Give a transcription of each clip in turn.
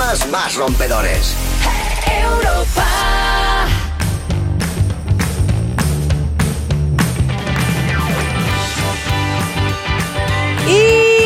temas más rompedores. Europa. Y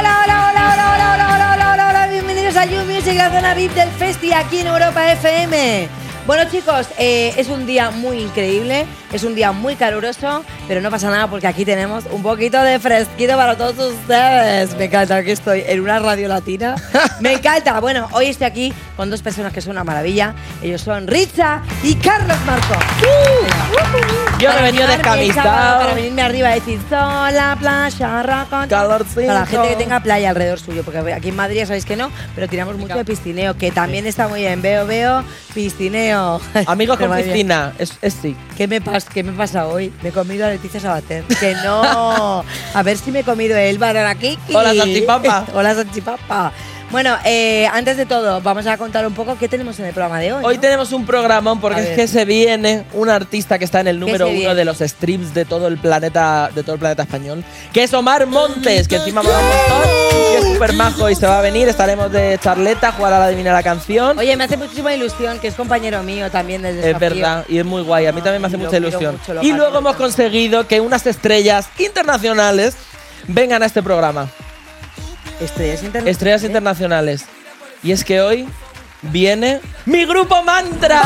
hola, bienvenidos a You Music, la zona VIP del Festi aquí en Europa FM. Bueno, chicos, es un día muy increíble, es un día muy caluroso, pero no pasa nada porque aquí tenemos un poquito de fresquito para todos ustedes. Me encanta que estoy en una radio latina. Me encanta. Bueno, hoy estoy aquí con dos personas que son una maravilla. Ellos son Ritza y Carlos Marco. Yo me he venido descamisado. Para venirme arriba y decir sola, playa, roca. Calorcito. Para la gente que tenga playa alrededor suyo, porque aquí en Madrid ya sabéis que no, pero tiramos mucho de piscineo, que también está muy bien. Veo, piscineo. Amigos con Pero piscina, es sí. ¿Qué me pasa hoy? Me he comido a Leticia Sabater. Que no. A ver si me he comido el Baranakiki. Hola, salchipapa. Hola, salchipapa. Bueno, antes de todo, vamos a contar un poco qué tenemos en el programa de hoy. Hoy ¿no? tenemos un programón porque es que se viene un artista que está en el número uno de los streams de todo el planeta español, que es Omar Montes, que encima me va a gustar, que es súper majo y se va a venir. Estaremos de charleta, jugar a la adivina la canción. Oye, me hace muchísima ilusión, que es compañero mío también del Es verdad, y es muy guay. A mí también me hace mucha ilusión. Y luego hemos conseguido que unas estrellas internacionales vengan a este programa. Estrellas internacionales. Y es que hoy viene mi grupo Mantra.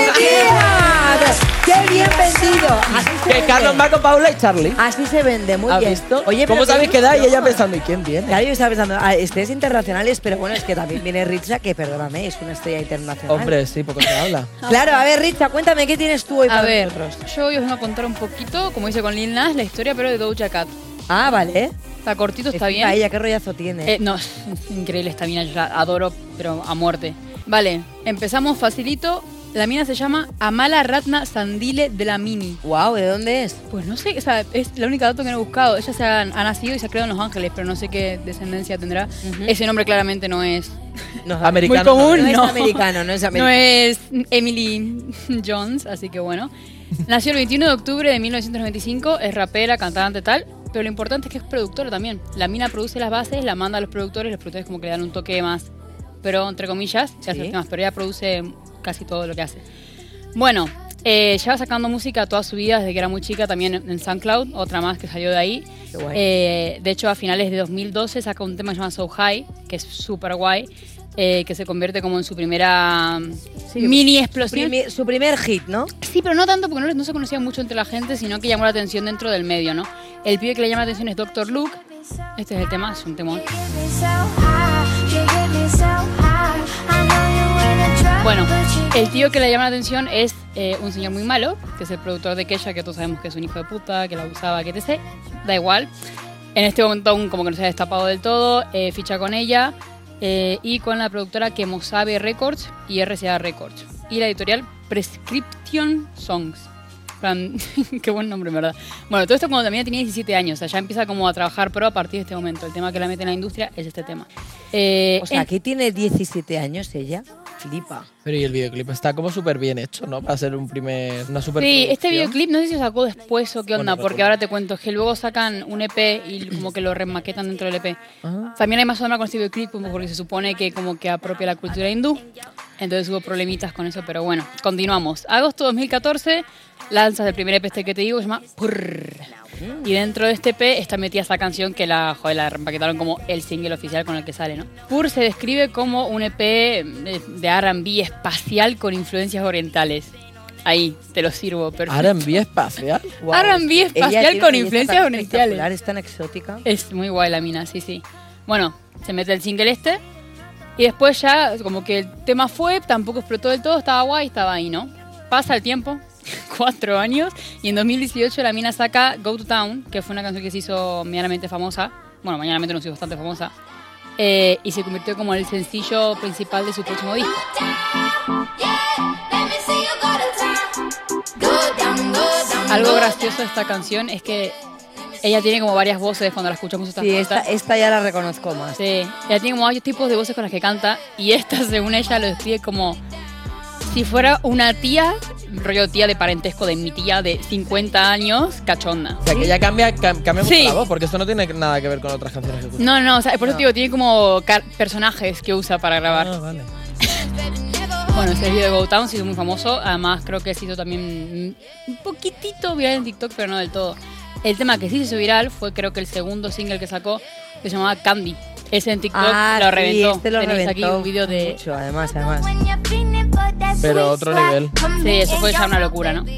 ¡Qué bien vendido! Así se Que vende. Carlos, Marco, Paula y Charlie. Así se vende, muy ¿Has bien. visto? Oye, ¿Cómo pero sabéis qué que da? Y ella ilusión. pensando, ¿y quién viene? Claro, yo estaba pensando, estrellas internacionales, pero bueno, es que también viene Ritza, que perdóname, es una estrella internacional. Hombre, sí, poco se habla. Claro, a ver, Ritza, cuéntame, ¿qué tienes tú hoy A para ver, nosotros? yo hoy os vengo a contar un poquito, como hice con Lil Nas, la historia, pero de Doja Cat. Ah, vale. Está cortito, está bien. Ella, qué rollazo tiene. No, es increíble esta mina, yo la adoro, pero a muerte. Vale, empezamos facilito. La mina se llama Amala Ratna Sandile de la Mini. Wow, ¿de dónde es? Pues no sé, o sea, es la única dato que no he buscado. Ella ha nacido y se ha creado en Los Ángeles, pero no sé qué descendencia tendrá. Ese nombre claramente no es No, Americano. muy común. No, No. es americano, no es No americano. es Emily Jones, así que bueno. Nació el 21 de octubre de 1995, es rapera, cantante, tal. Pero lo importante es que es productora también. La mina produce las bases, la manda a los productores como que le dan un toque más, pero entre comillas, se hace los temas, pero ella produce casi todo lo que hace. Bueno, lleva sacando música toda su vida, desde que era muy chica, también en SoundCloud, otra más que salió de ahí. Qué guay. De hecho, a finales de 2012 saca un tema llamado So High, que es súper guay, que se convierte como en su primera mini explosión. Su primer hit, ¿no? Sí, pero no tanto porque no se conocía mucho entre la gente, sino que llamó la atención dentro del medio, ¿no? El pibe que le llama la atención es Dr. Luke. Este es el tema, es un temón. Bueno, el tío que le llama la atención es un señor muy malo, que es el productor de Kesha, que todos sabemos que es un hijo de puta, que la abusaba, que etc. Da igual. En este momento aún como que no se ha destapado del todo, ficha con ella y con la productora Kemosabe Records y RCA Records. Y la editorial Prescription Songs. Qué buen nombre, en verdad. Bueno, todo esto cuando también tenía 17 años, o sea, ya empieza como a trabajar pro a partir de este momento. El tema que la mete en la industria es este tema. O sea, aquí tiene 17 años ella. Flipa. Pero y el videoclip está como súper bien hecho, ¿no? Para ser una super Sí, este producción. videoclip no sé si lo sacó después o qué onda, Bueno, porque ahora te cuento que luego sacan un EP y como que lo remaquetan dentro del EP. También hay más onda con este videoclip porque se supone que como que apropia la cultura hindú. Entonces hubo problemitas con eso, pero bueno, continuamos. Agosto 2014 lanzas el primer EP este que te digo, se llama Purr. Y dentro de este EP está metida esta canción que la rempaquetaron como el single oficial con el que sale, ¿no? Purr se describe como un EP de R&B espacial con influencias orientales. Ahí, te lo sirvo, perfecto. R&B espacial. Wow. R&B espacial con influencias orientales. Es tan exótica. Es muy guay la mina, sí, sí. Bueno, se mete el single este. Y después ya, como que el tema fue, tampoco explotó del todo, estaba guay, estaba ahí, ¿no? Pasa el tiempo, 4 años, y en 2018 la mina saca Go to Town, que fue una canción que se hizo medianamente famosa. Bueno, medianamente no se hizo bastante famosa. Y se convirtió como el sencillo principal de su próximo disco. Algo gracioso de esta canción es que ella tiene como varias voces cuando la escuchamos. Sí, esta ya la reconozco más. Sí, ella tiene como varios tipos de voces con las que canta y esta, según ella, lo describe como si fuera una tía, rollo tía de parentesco de mi tía de 50 años, cachonda. O sea, que ella cambia mucho Sí. la voz, porque esto no tiene nada que ver con otras canciones que escuchas. No, o sea, por eso te digo, tiene como personajes que usa para grabar. Ah, vale. Bueno, ese video de Go Town se hizo muy famoso. Además, creo que se hizo también un poquitito viral en TikTok, pero no del todo. El tema que sí se hizo viral fue, creo que el segundo single que sacó, que se llamaba Candy. Ese en TikTok lo reventó. Sí, lo Tenéis reventó aquí un video de... mucho, además. Pero otro nivel. Sí, eso fue ya una locura, ¿no?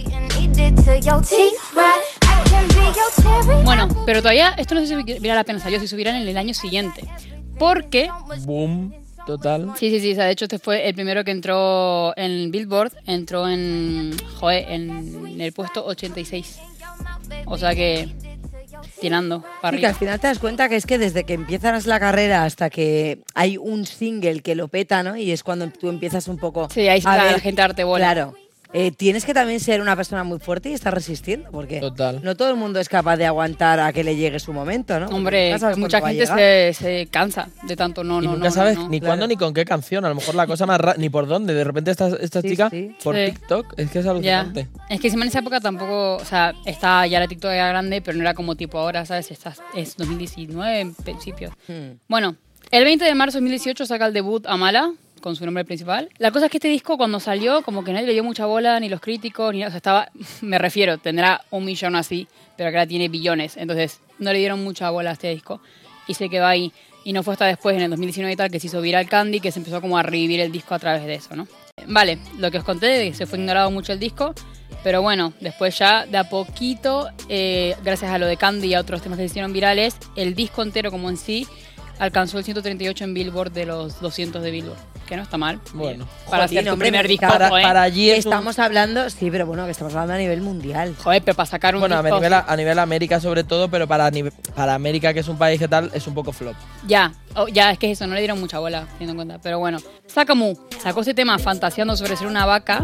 Bueno, pero todavía esto no se hizo viral apenas salió, se hizo viral en el año siguiente. Porque... Boom. Total. Sí. O sea, de hecho, este fue el primero que entró en Billboard. Entró en el puesto 86. O sea que... tirando para Sí, que arriba. al final te das cuenta que es que desde que empiezas la carrera hasta que hay un single que lo peta, ¿no? Y es cuando tú empiezas un poco Sí, ahí a está ver, la gente a darte bola. Claro. Tienes que también ser una persona muy fuerte y estar resistiendo, porque Total. no todo el mundo es capaz de aguantar a que le llegue su momento, ¿no? Porque Hombre, nunca sabes mucha cuándo va a gente llegar. se cansa de tanto no. Y nunca sabes ni Claro. cuándo ni con qué canción. A lo mejor la cosa más ni por dónde. De repente esta Sí, chica sí. por Sí. TikTok es que es Ya. alucinante. Es que encima en esa época tampoco, o sea, está ya la TikTok era grande, pero no era como tipo ahora, ¿sabes? Es 2019 en principio. Bueno, el 20 de marzo de 2018 saca el debut Amala, con su nombre principal. La cosa es que este disco cuando salió, como que nadie le dio mucha bola, ni los críticos, ni, o sea, estaba, me refiero, tendrá 1 millón así, pero que ahora tiene billones, entonces no le dieron mucha bola a este disco y se quedó ahí. Y no fue hasta después, en el 2019 y tal, que se hizo viral Candy, que se empezó como a revivir el disco a través de eso, ¿no? Vale, lo que os conté, se fue ignorado mucho el disco, pero bueno, después ya de a poquito, gracias a lo de Candy y a otros temas que se hicieron virales, el disco entero como en sí alcanzó el 138 en Billboard de los 200 de Billboard, que no está mal. Bueno. Para Jolín, hacer tu hombre, primer disco, Para, joder. para allí Que es un- estamos hablando, sí, pero bueno, que estamos hablando a nivel mundial. Joder, pero para sacar un Bueno, disco... a nivel América sobre todo, pero para América, que es un país que tal, es un poco flop. Ya, es que eso, no le dieron mucha bola, teniendo en cuenta. Pero bueno, Sakamu sacó ese tema fantaseando sobre ser una vaca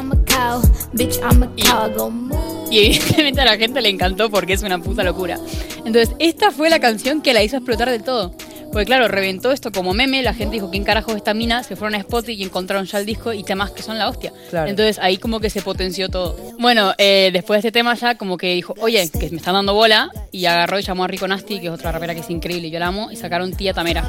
y evidentemente a la gente le encantó porque es una puta locura. Entonces, esta fue la canción que la hizo explotar del todo. Porque claro, reventó esto como meme, la gente dijo, ¿quién carajo es esta mina? Se fueron a Spotify y encontraron ya el disco y temas que son la hostia. Claro. Entonces ahí como que se potenció todo. Bueno, después de este tema ya como que dijo, oye, que me están dando bola, y agarró y llamó a Rico Nasty, que es otra rapera que es increíble y yo la amo, y sacaron Tía Tamera.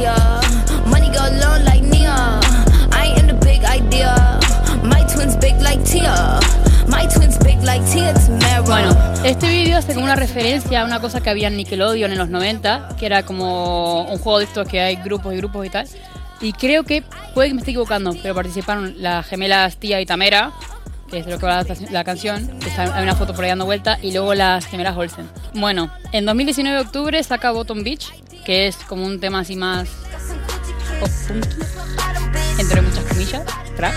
Bueno, este vídeo hace como una referencia a una cosa que había en Nickelodeon en los 90, que era como un juego de estos que hay grupos y grupos y tal. Y creo que, puede que me esté equivocando, pero participaron las gemelas Tía y Tamera, que es de lo que va la canción, que hay una foto por ahí dando vuelta, y luego las gemelas Olsen. Bueno, en 2019 de octubre saca Bottom Beach, que es como un tema así más pop punky, entre muchas comillas, trap.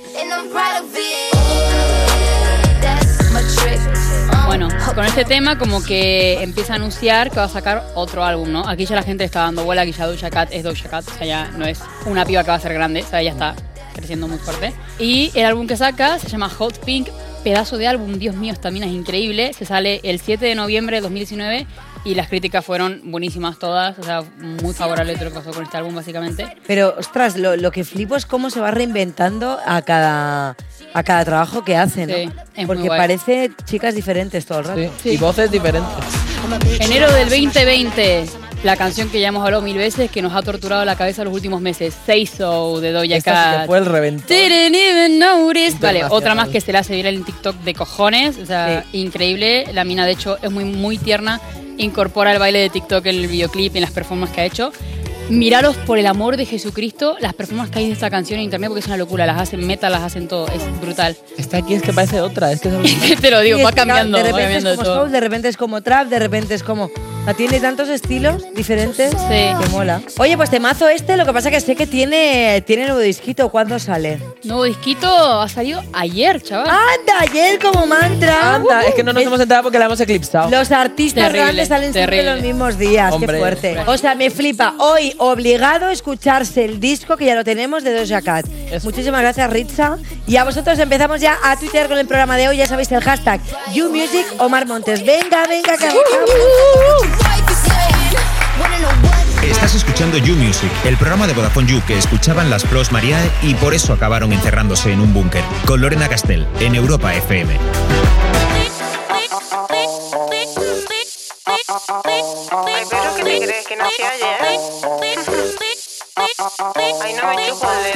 Bueno, con este tema como que empieza a anunciar que va a sacar otro álbum, ¿no? Aquí ya la gente está dando bola, aquí ya Doja Cat es Doja Cat, o sea, ya no es una piba que va a ser grande, o sea, ya está creciendo muy fuerte. Y el álbum que saca se llama Hot Pink, pedazo de álbum, Dios mío, esta mina es increíble, se sale el 7 de noviembre de 2019 y las críticas fueron buenísimas todas, o sea, muy favorable todo lo que pasó con este álbum básicamente. Pero, ostras, lo que flipo es cómo se va reinventando a cada trabajo que hace, ¿no? Sí, es muy Porque guay. parece chicas diferentes todo el rato. Sí. Sí. Y voces diferentes. Enero del 2020, la canción que ya hemos hablado 1000 veces, que nos ha torturado la cabeza los últimos meses, Say So de Doja Esta sí Cat. que fue el reventón. Didn't even notice. Vale, Internacional. otra más que se la hace viral en TikTok de cojones, o sea, increíble. La mina de hecho es muy, muy tierna, incorpora el baile de TikTok en el videoclip, en las performances que ha hecho. Míralos, por el amor de Jesucristo, las performances que hay de esta canción en internet, porque es una locura, las hacen metal, las hacen todo, es brutal. Esta aquí es que parece otra, es que es alucinante. Te lo digo, Sí, va es que, claro, cambiando, de va repente cambiando es como todo. soul, de repente es como trap, de repente es como... O sea, tiene tantos estilos diferentes que mola. Oye, pues temazo este, lo que pasa que sé que tiene nuevo disquito. ¿Cuándo sale? Nuevo disquito ha salido ayer, chaval. ¡Anda! Ayer como mantra. Anda, es que no nos hemos enterado porque la hemos eclipsado. Los artistas Terrible, grandes salen siempre terrible. los mismos días. Hombre, qué fuerte. hombre. O sea, me flipa. Hoy obligado a escucharse el disco que ya lo tenemos de Doja Cat. Eso. Muchísimas gracias, Ritza. Y a vosotros empezamos ya a tuitear con el programa de hoy. Ya sabéis el hashtag YouMusic Omar Montes. Venga, venga, que arrancamos. Estás escuchando You Music, el programa de Vodafone You que escuchaban las Plos Mariae y por eso acabaron encerrándose en un búnker, con Lorena Castell, en Europa FM. Ay, pero ¿qué te crees? ¿Que no se oye? Ay, no me chupo el dedo.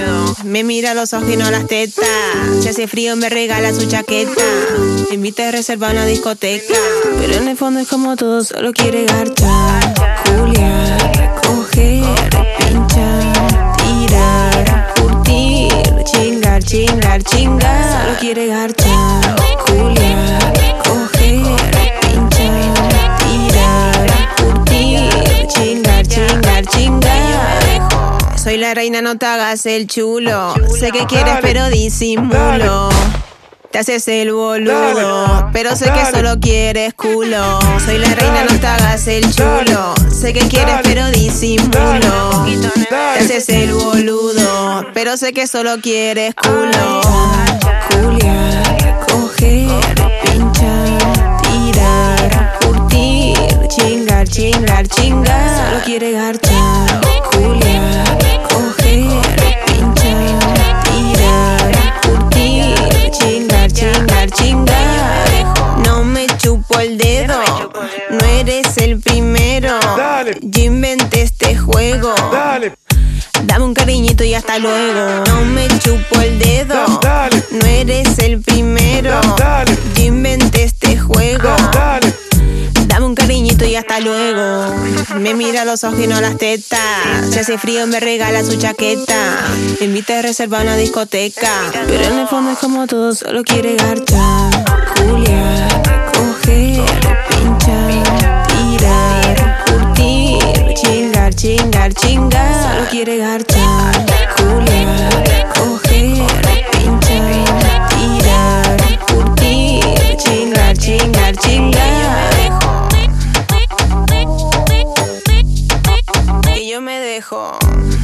Me mira a los ojos y no las tetas. Si hace frío me regala su chaqueta. Me invita a reservar una discoteca. Pero en el fondo es como todo, solo quiere garchar, culiar, coger, pinchar, tirar, curtir, chingar, chingar, chingar. Solo quiere garchar, culiar, coger, pinchar, tirar, curtir, chingar, chingar, chingar. Soy la reina, no te hagas el chulo. Sé que quieres pero disimulo. Te haces el boludo, pero sé que solo quieres culo. Soy la reina, no te hagas el chulo. Sé que quieres pero disimulo. Te haces el boludo, pero sé que solo quieres culo. Culiar, coger, pinchar, tirar, curtir, chingar, chingar, chingar. Solo quiere garchar, culiar, coger, pinchar, tirar, curtir, chingar, chingar, chingar. No me chupo el dedo, no eres el primero. Yo inventé este juego. Dame un cariñito y hasta luego. No me chupo el dedo, no eres el primero. Yo inventé este juego. Dame un cariñito y hasta luego. Me mira a los ojos y no las tetas. Si hace frío me regala su chaqueta. Me invita a reservar una discoteca. Pero en el fondo es como todo, solo quiere garchar, culiar, coger, pinchar, tirar, curtir, chingar, chingar, chingar. Solo quiere garchar, culiar, coger, pinchar, tirar, curtir, chingar, chingar, chingar. Y yo me dejo.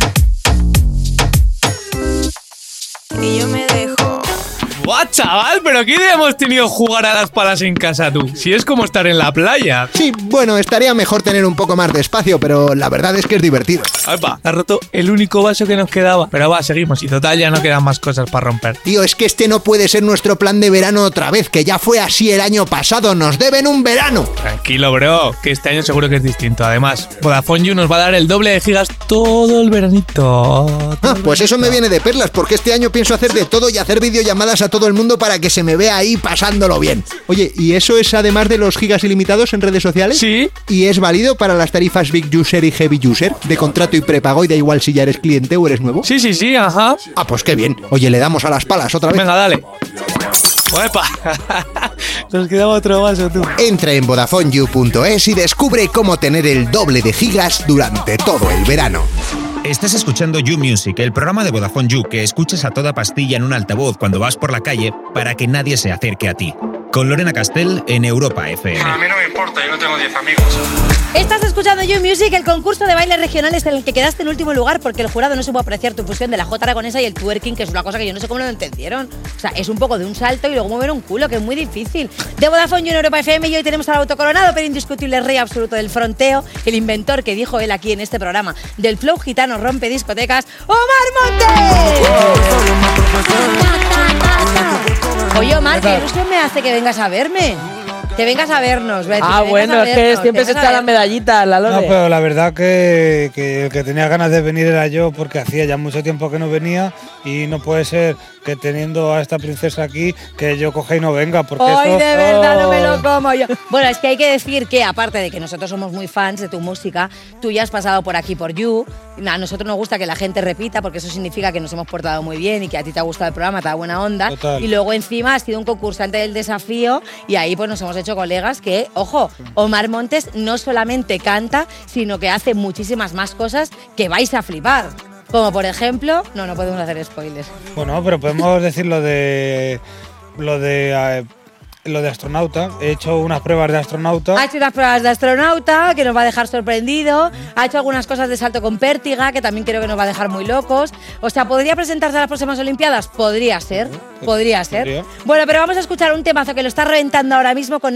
Y yo me dejo. ¡Buah, chaval! ¿Pero qué idea hemos tenido jugar a las palas en casa tú? Si es como estar en la playa. Sí, bueno, estaría mejor tener un poco más de espacio, pero la verdad es que es divertido. ¡Epa! Has roto el único vaso que nos quedaba. Pero va, seguimos. Y total, ya no quedan más cosas para romper. Tío, es que este no puede ser nuestro plan de verano otra vez, que ya fue así el año pasado. ¡Nos deben un verano! Tranquilo, bro, que este año seguro que es distinto. Además, Vodafone You nos va a dar el doble de gigas todo el veranito. Pues eso me viene de perlas, porque este año pienso hacer de todo y hacer videollamadas a todo el mundo para que se me vea ahí pasándolo bien. Oye, ¿y eso es además de los gigas ilimitados en redes sociales? Sí. ¿Y es válido para las tarifas Big User y Heavy User? ¿De contrato y prepago y da igual si ya eres cliente o eres nuevo? Sí, ajá. Ah, pues qué bien. Oye, le damos a las palas otra vez. Venga, dale. ¡Epa! Nos quedaba otro vaso, tú. Entra en VodafoneYou.es y descubre cómo tener el doble de gigas durante todo el verano. Estás escuchando You Music, el programa de Vodafone You que escuchas a toda pastilla en un altavoz cuando vas por la calle para que nadie se acerque a ti. Con Lorena Castell en Europa FM. A mí no me importa, yo no tengo 10 amigos. Estás escuchando You Music, el concurso de bailes regionales en el que quedaste en último lugar porque el jurado no supo apreciar tu fusión de la jota aragonesa y el twerking, que es una cosa que yo no sé cómo lo entendieron. O sea, es un poco de un salto y luego mover un culo, que es muy difícil. De Vodafone You en Europa FM, y hoy tenemos al autocoronado pero indiscutible rey absoluto del fronteo, el inventor que dijo él aquí en este programa del flow gitano rompe discotecas, ¡Omar Montes! Oye, Omar, que ilusión me hace que vengas a verme. Que vengas a vernos, Betty. Bueno, es que siempre se echa la medallita, la Lore. No, pero la verdad que el que tenía ganas de venir era yo, porque hacía ya mucho tiempo que no venía y no puede ser que teniendo a esta princesa aquí, que yo coja y no venga, porque ¡ay, eso... de verdad, no me lo como yo! Bueno, es que hay que decir que, aparte de que nosotros somos muy fans de tu música, tú ya has pasado por aquí por You. A nosotros nos gusta que la gente repita, porque eso significa que nos hemos portado muy bien y que a ti te ha gustado el programa, te da buena onda. Total. Y luego encima has sido un concursante del desafío y ahí pues nos hemos hecho colegas que, ojo, Omar Montes no solamente canta, sino que hace muchísimas más cosas que vais a flipar. Como por ejemplo, no podemos hacer spoilers. Bueno, pero podemos decir lo de astronauta. He hecho unas pruebas de astronauta. Ha hecho unas pruebas de astronauta que nos va a dejar sorprendido. Ha hecho algunas cosas de salto con pértiga que también creo que nos va a dejar muy locos. O sea, ¿podría presentarse a las próximas Olimpiadas? Podría ser. Podría ser. Bueno, pero vamos a escuchar un temazo que lo está reventando ahora mismo con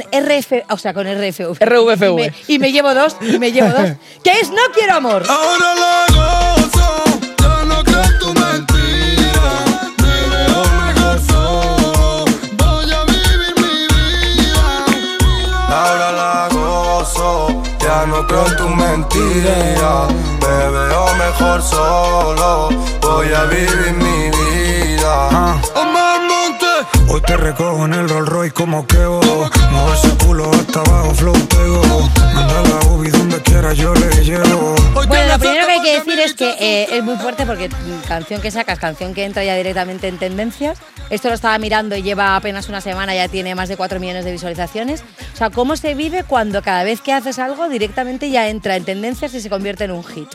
RVFV. Y me llevo dos. Que es No Quiero Amor. Ahora la gozo, ya no creo en tu mentira. Me veo mejor solo, voy a vivir mi vida. Ahora la gozo, ya no creo en tu mentira. Me veo mejor mejor solo. Voy a vivir mi vida. Omar Montes. Hoy te recojo en el Rolls Royce como Kevo. Mueve ese culo hasta abajo, flow pego. Manda la UBI donde quiera, yo le llevo. Bueno, lo primero que hay que decir es que es muy fuerte porque canción que sacas, canción que entra ya directamente en tendencias. Esto lo estaba mirando y lleva apenas una semana, ya tiene más de 4 millones de visualizaciones. O sea, ¿cómo se vive cuando cada vez que haces algo directamente ya entra en tendencias y se convierte en un hit?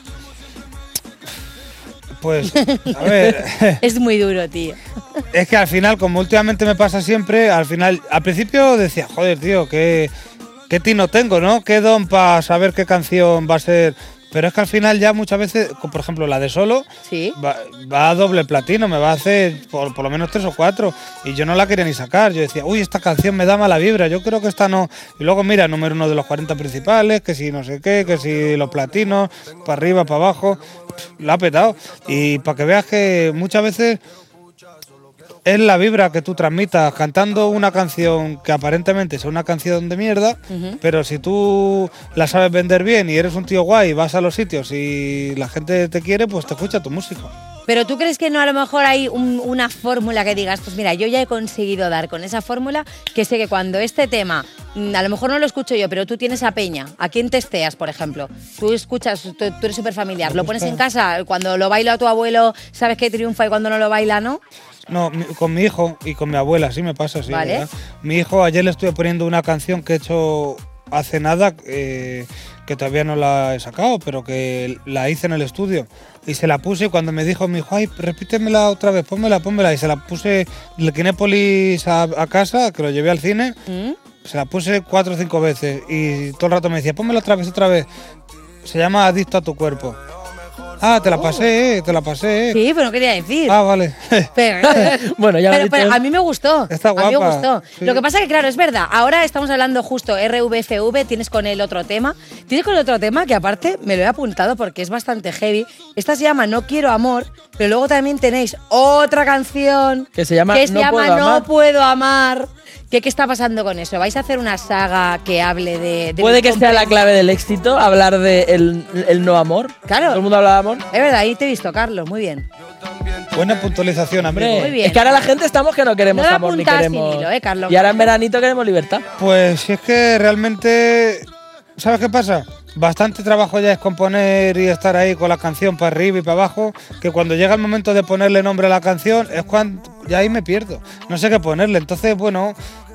Pues, a ver. Es muy duro, tío. Es que al final, como últimamente me pasa siempre, al principio decía, joder, tío, qué tino tengo, ¿no? Qué don para saber qué canción va a ser. Pero es que al final ya muchas veces, por ejemplo, la de Solo, ¿sí? va a doble platino, me va a hacer por lo menos 3 o 4. Y yo no la quería ni sacar. Yo decía, uy, esta canción me da mala vibra, yo creo que esta no. Y luego mira, número 1 de los 40 principales, que si no sé qué, que si los platinos, para arriba, para abajo. La ha petado. Y para que veas que muchas veces es la vibra que tú transmitas cantando una canción que aparentemente es una canción de mierda, pero si tú la sabes vender bien y eres un tío guay, vas a los sitios y la gente te quiere, pues te escucha tu música. Pero ¿tú crees que no a lo mejor hay una fórmula que digas, pues mira, yo ya he conseguido dar con esa fórmula, que sé que cuando este tema, a lo mejor no lo escucho yo, pero tú tienes a Peña, ¿a quién testeas, por ejemplo? Tú escuchas, tú eres súper familiar, ¿lo pones en casa? Cuando lo baila tu abuelo, ¿sabes que triunfa y cuando no lo baila no? No, con mi hijo y con mi abuela, sí me pasa, sí. Vale. ¿Verdad? Mi hijo, ayer le estuve poniendo una canción que he hecho hace nada, que todavía no la he sacado, pero que la hice en el estudio. Y se la puse y cuando me dijo mi hijo, ay, repítemela otra vez, pónmela. Y se la puse el Kinépolis a casa, que lo llevé al cine. Se la puse 4 o 5 veces y todo el rato me decía, pónmela otra vez. Se llama Adicto a tu cuerpo. Ah, te la pasé. Sí, pero no quería decir. Ah, vale. Bueno, ya pero a mí me gustó. Está guapa. A mí me gustó. Sí. Lo que pasa es que, claro, es verdad. Ahora estamos hablando justo RVFV, tienes con el otro tema. Tienes con el otro tema que aparte me lo he apuntado porque es bastante heavy. Esta se llama No Quiero Amor, pero luego también tenéis otra canción que se llama No Puedo Amar. ¿Qué está pasando con eso? ¿Vais a hacer una saga que hable de puede que sea la clave del éxito, hablar de el no amor? Claro. ¿Todo el mundo habla de amor? Es verdad, ahí te he visto, Carlos, muy bien. Buena puntualización, amigo. Muy bien. Es que ahora la gente estamos que no queremos No lo amor ni apuntas queremos. sin hilo, Carlos. Y ahora en veranito queremos libertad. Pues si es que realmente, ¿sabes qué pasa? Bastante trabajo ya es componer y estar ahí con la canción para arriba y para abajo, que cuando llega el momento de ponerle nombre a la canción es cuando ya ahí me pierdo. No sé qué ponerle, entonces bueno,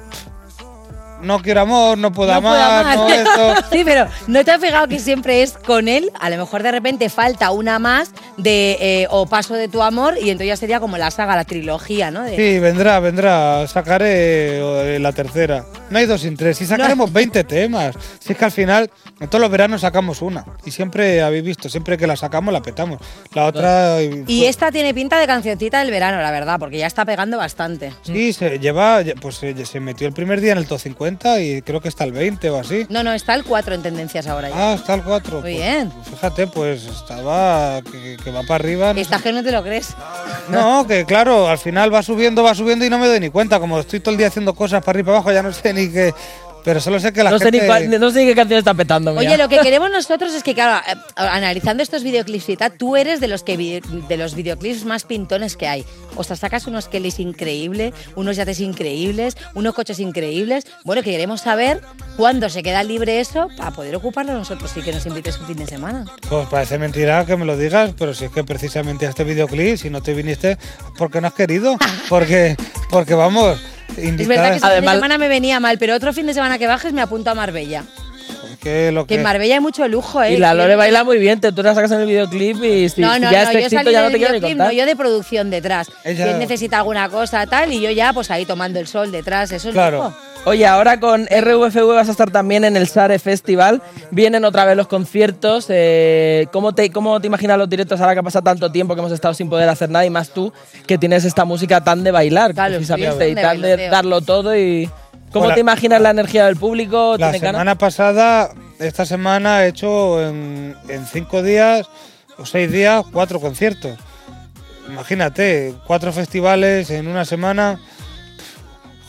no quiero amor, no puedo amar, no esto. Sí, pero ¿no te has fijado que siempre es con él? A lo mejor de repente falta una más de o paso de tu amor y entonces ya sería como la saga, la trilogía, ¿no? Sí, vendrá, sacaré la tercera. No hay 2 sin 3, si sacaremos 20 temas. Si es que al final, en todos los veranos sacamos una. Y siempre habéis visto, siempre que la sacamos la petamos. La otra... Y esta tiene pinta de cancioncita del verano, la verdad, porque ya está pegando bastante. Sí, se metió el primer día en el top 50 y creo que está el 20 o así. No, está el 4 en tendencias ahora ya. Ah, está el 4. Muy bien. Fíjate, pues estaba que va para arriba. Estás que no te lo crees. No, que claro, al final va subiendo y no me doy ni cuenta. Como estoy todo el día haciendo cosas para arriba y para abajo, ya no sé ni qué. Pero solo sé que la gente... no sé ni qué canción está petando. Mira. Oye, lo que queremos nosotros es que, claro, analizando estos videoclips y tal, tú eres de los videoclips más pintones que hay. O sea, sacas unos Kellys increíbles, unos yates increíbles, unos coches increíbles. Bueno, que queremos saber cuándo se queda libre eso para poder ocuparlo nosotros y que nos invites un fin de semana. Pues parece mentira que me lo digas, pero si es que precisamente a este videoclip, si no te viniste, porque no has querido. Porque vamos... Es verdad que ese fin de semana me venía mal, pero otro fin de semana que bajes me apunto a Marbella. Que en Marbella hay mucho lujo, ¿eh? Y la Lore baila muy bien, tú la sacas en el videoclip y si ya es éxito ya no te quiero ni contar. No, yo de producción detrás. Ella... Si él necesita alguna cosa tal y yo ya pues ahí tomando el sol detrás, eso es lujo. Oye, ahora con RVFV vas a estar también en el Sare Festival. Vienen otra vez los conciertos. ¿Cómo te imaginas los directos ahora que pasa tanto tiempo que hemos estado sin poder hacer nada? Y más tú, que tienes esta música tan de bailar, claro, precisamente, y tan de darlo todo. Y ¿cómo te imaginas la energía del público? La semana pasada, esta semana he hecho en 5 días o 6 días 4 conciertos. Imagínate, 4 festivales en una semana...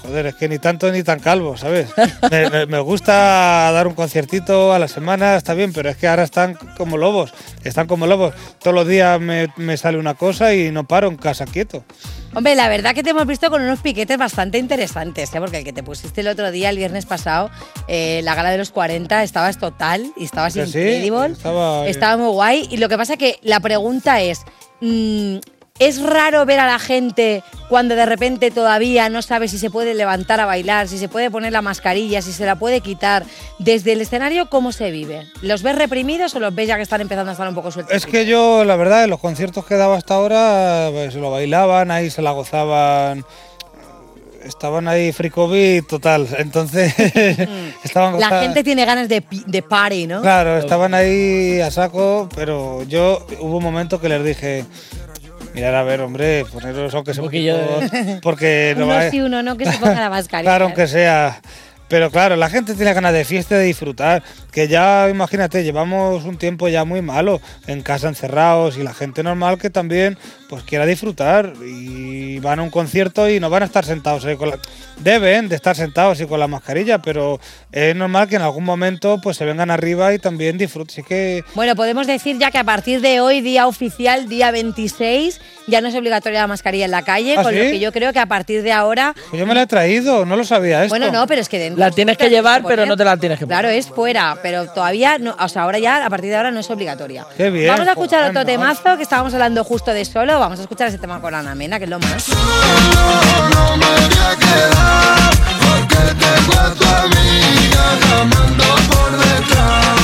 joder, es que ni tanto ni tan calvo, ¿sabes? me gusta dar un conciertito a la semana, está bien, pero es que ahora están como lobos. Todos los días me sale una cosa y no paro en casa quieto. Hombre, la verdad que te hemos visto con unos piquetes bastante interesantes, ¿eh? Porque el que te pusiste el otro día, el viernes pasado, la gala de los 40, estabas total y estabas Sí, increíble. estaba Estaba muy guay. Y lo que pasa es que la pregunta es, ¿es raro ver a la gente cuando de repente todavía no sabe si se puede levantar a bailar, si se puede poner la mascarilla, si se la puede quitar? Desde el escenario, ¿cómo se vive? ¿Los ves reprimidos o los ves ya que están empezando a estar un poco sueltos? Es que yo, la verdad, en los conciertos que he dado hasta ahora, pues lo bailaban, ahí se la gozaban. Estaban ahí free COVID total, entonces estaban La gente tiene ganas de party, ¿no? Claro, estaban ahí a saco, pero yo hubo un momento que les dije, mirad a ver, hombre, poneros aunque sea un poquito, porque no uno va. sí, uno no, que se ponga la mascarilla. Claro, aunque sea. Pero claro, la gente tiene ganas de fiesta y de disfrutar. Que ya, imagínate, llevamos un tiempo ya muy malo en casa encerrados y la gente normal que también pues quiera disfrutar y van a un concierto y no van a estar sentados ahí deben de estar sentados y con la mascarilla, pero es normal que en algún momento pues se vengan arriba y también disfruten. Así que Bueno, podemos decir ya que a partir de hoy, día oficial, día 26, ya no es obligatoria la mascarilla en la calle, ¿Ah, con sí? lo que yo creo que a partir de ahora… pues yo me la he traído, no lo sabía esto. Bueno, no, pero es que dentro La tienes que llevar, pero no te la tienes que poner. Claro, es fuera, pero todavía no, o sea, ahora ya, a partir de ahora no es obligatoria. Qué bien, Vamos a escuchar pues, otro no. temazo que estábamos hablando justo de solo, vamos a escuchar ese tema con Ana Mena, que es lo más. No me voy a quedar porque tengo a tu amiga llamando por detrás.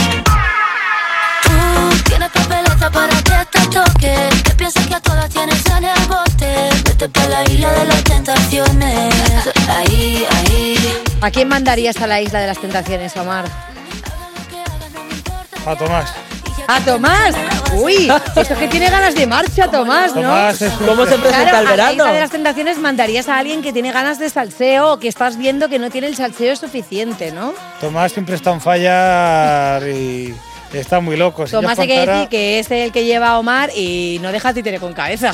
Tú tienes papeleta para que te toque, que piensas que a todas tienes en el bote. Vete pa' la isla de las tentaciones. Ahí, ahí. ¿A quién mandarías a la isla de las tentaciones, Omar? A Tomás. ¡A Tomás! ¡Uy! Eso que tiene ganas de marcha, Tomás, ¿no? Tomás es ¿Cómo se presenta Claro, el a la verano? isla de las tentaciones mandarías a alguien que tiene ganas de salseo o que estás viendo que no tiene el salseo suficiente, ¿no? Tomás siempre está en fallar y está muy loco. Si Tomás yo hay que contara- decir que es el que lleva a Omar y no deja títere con cabeza.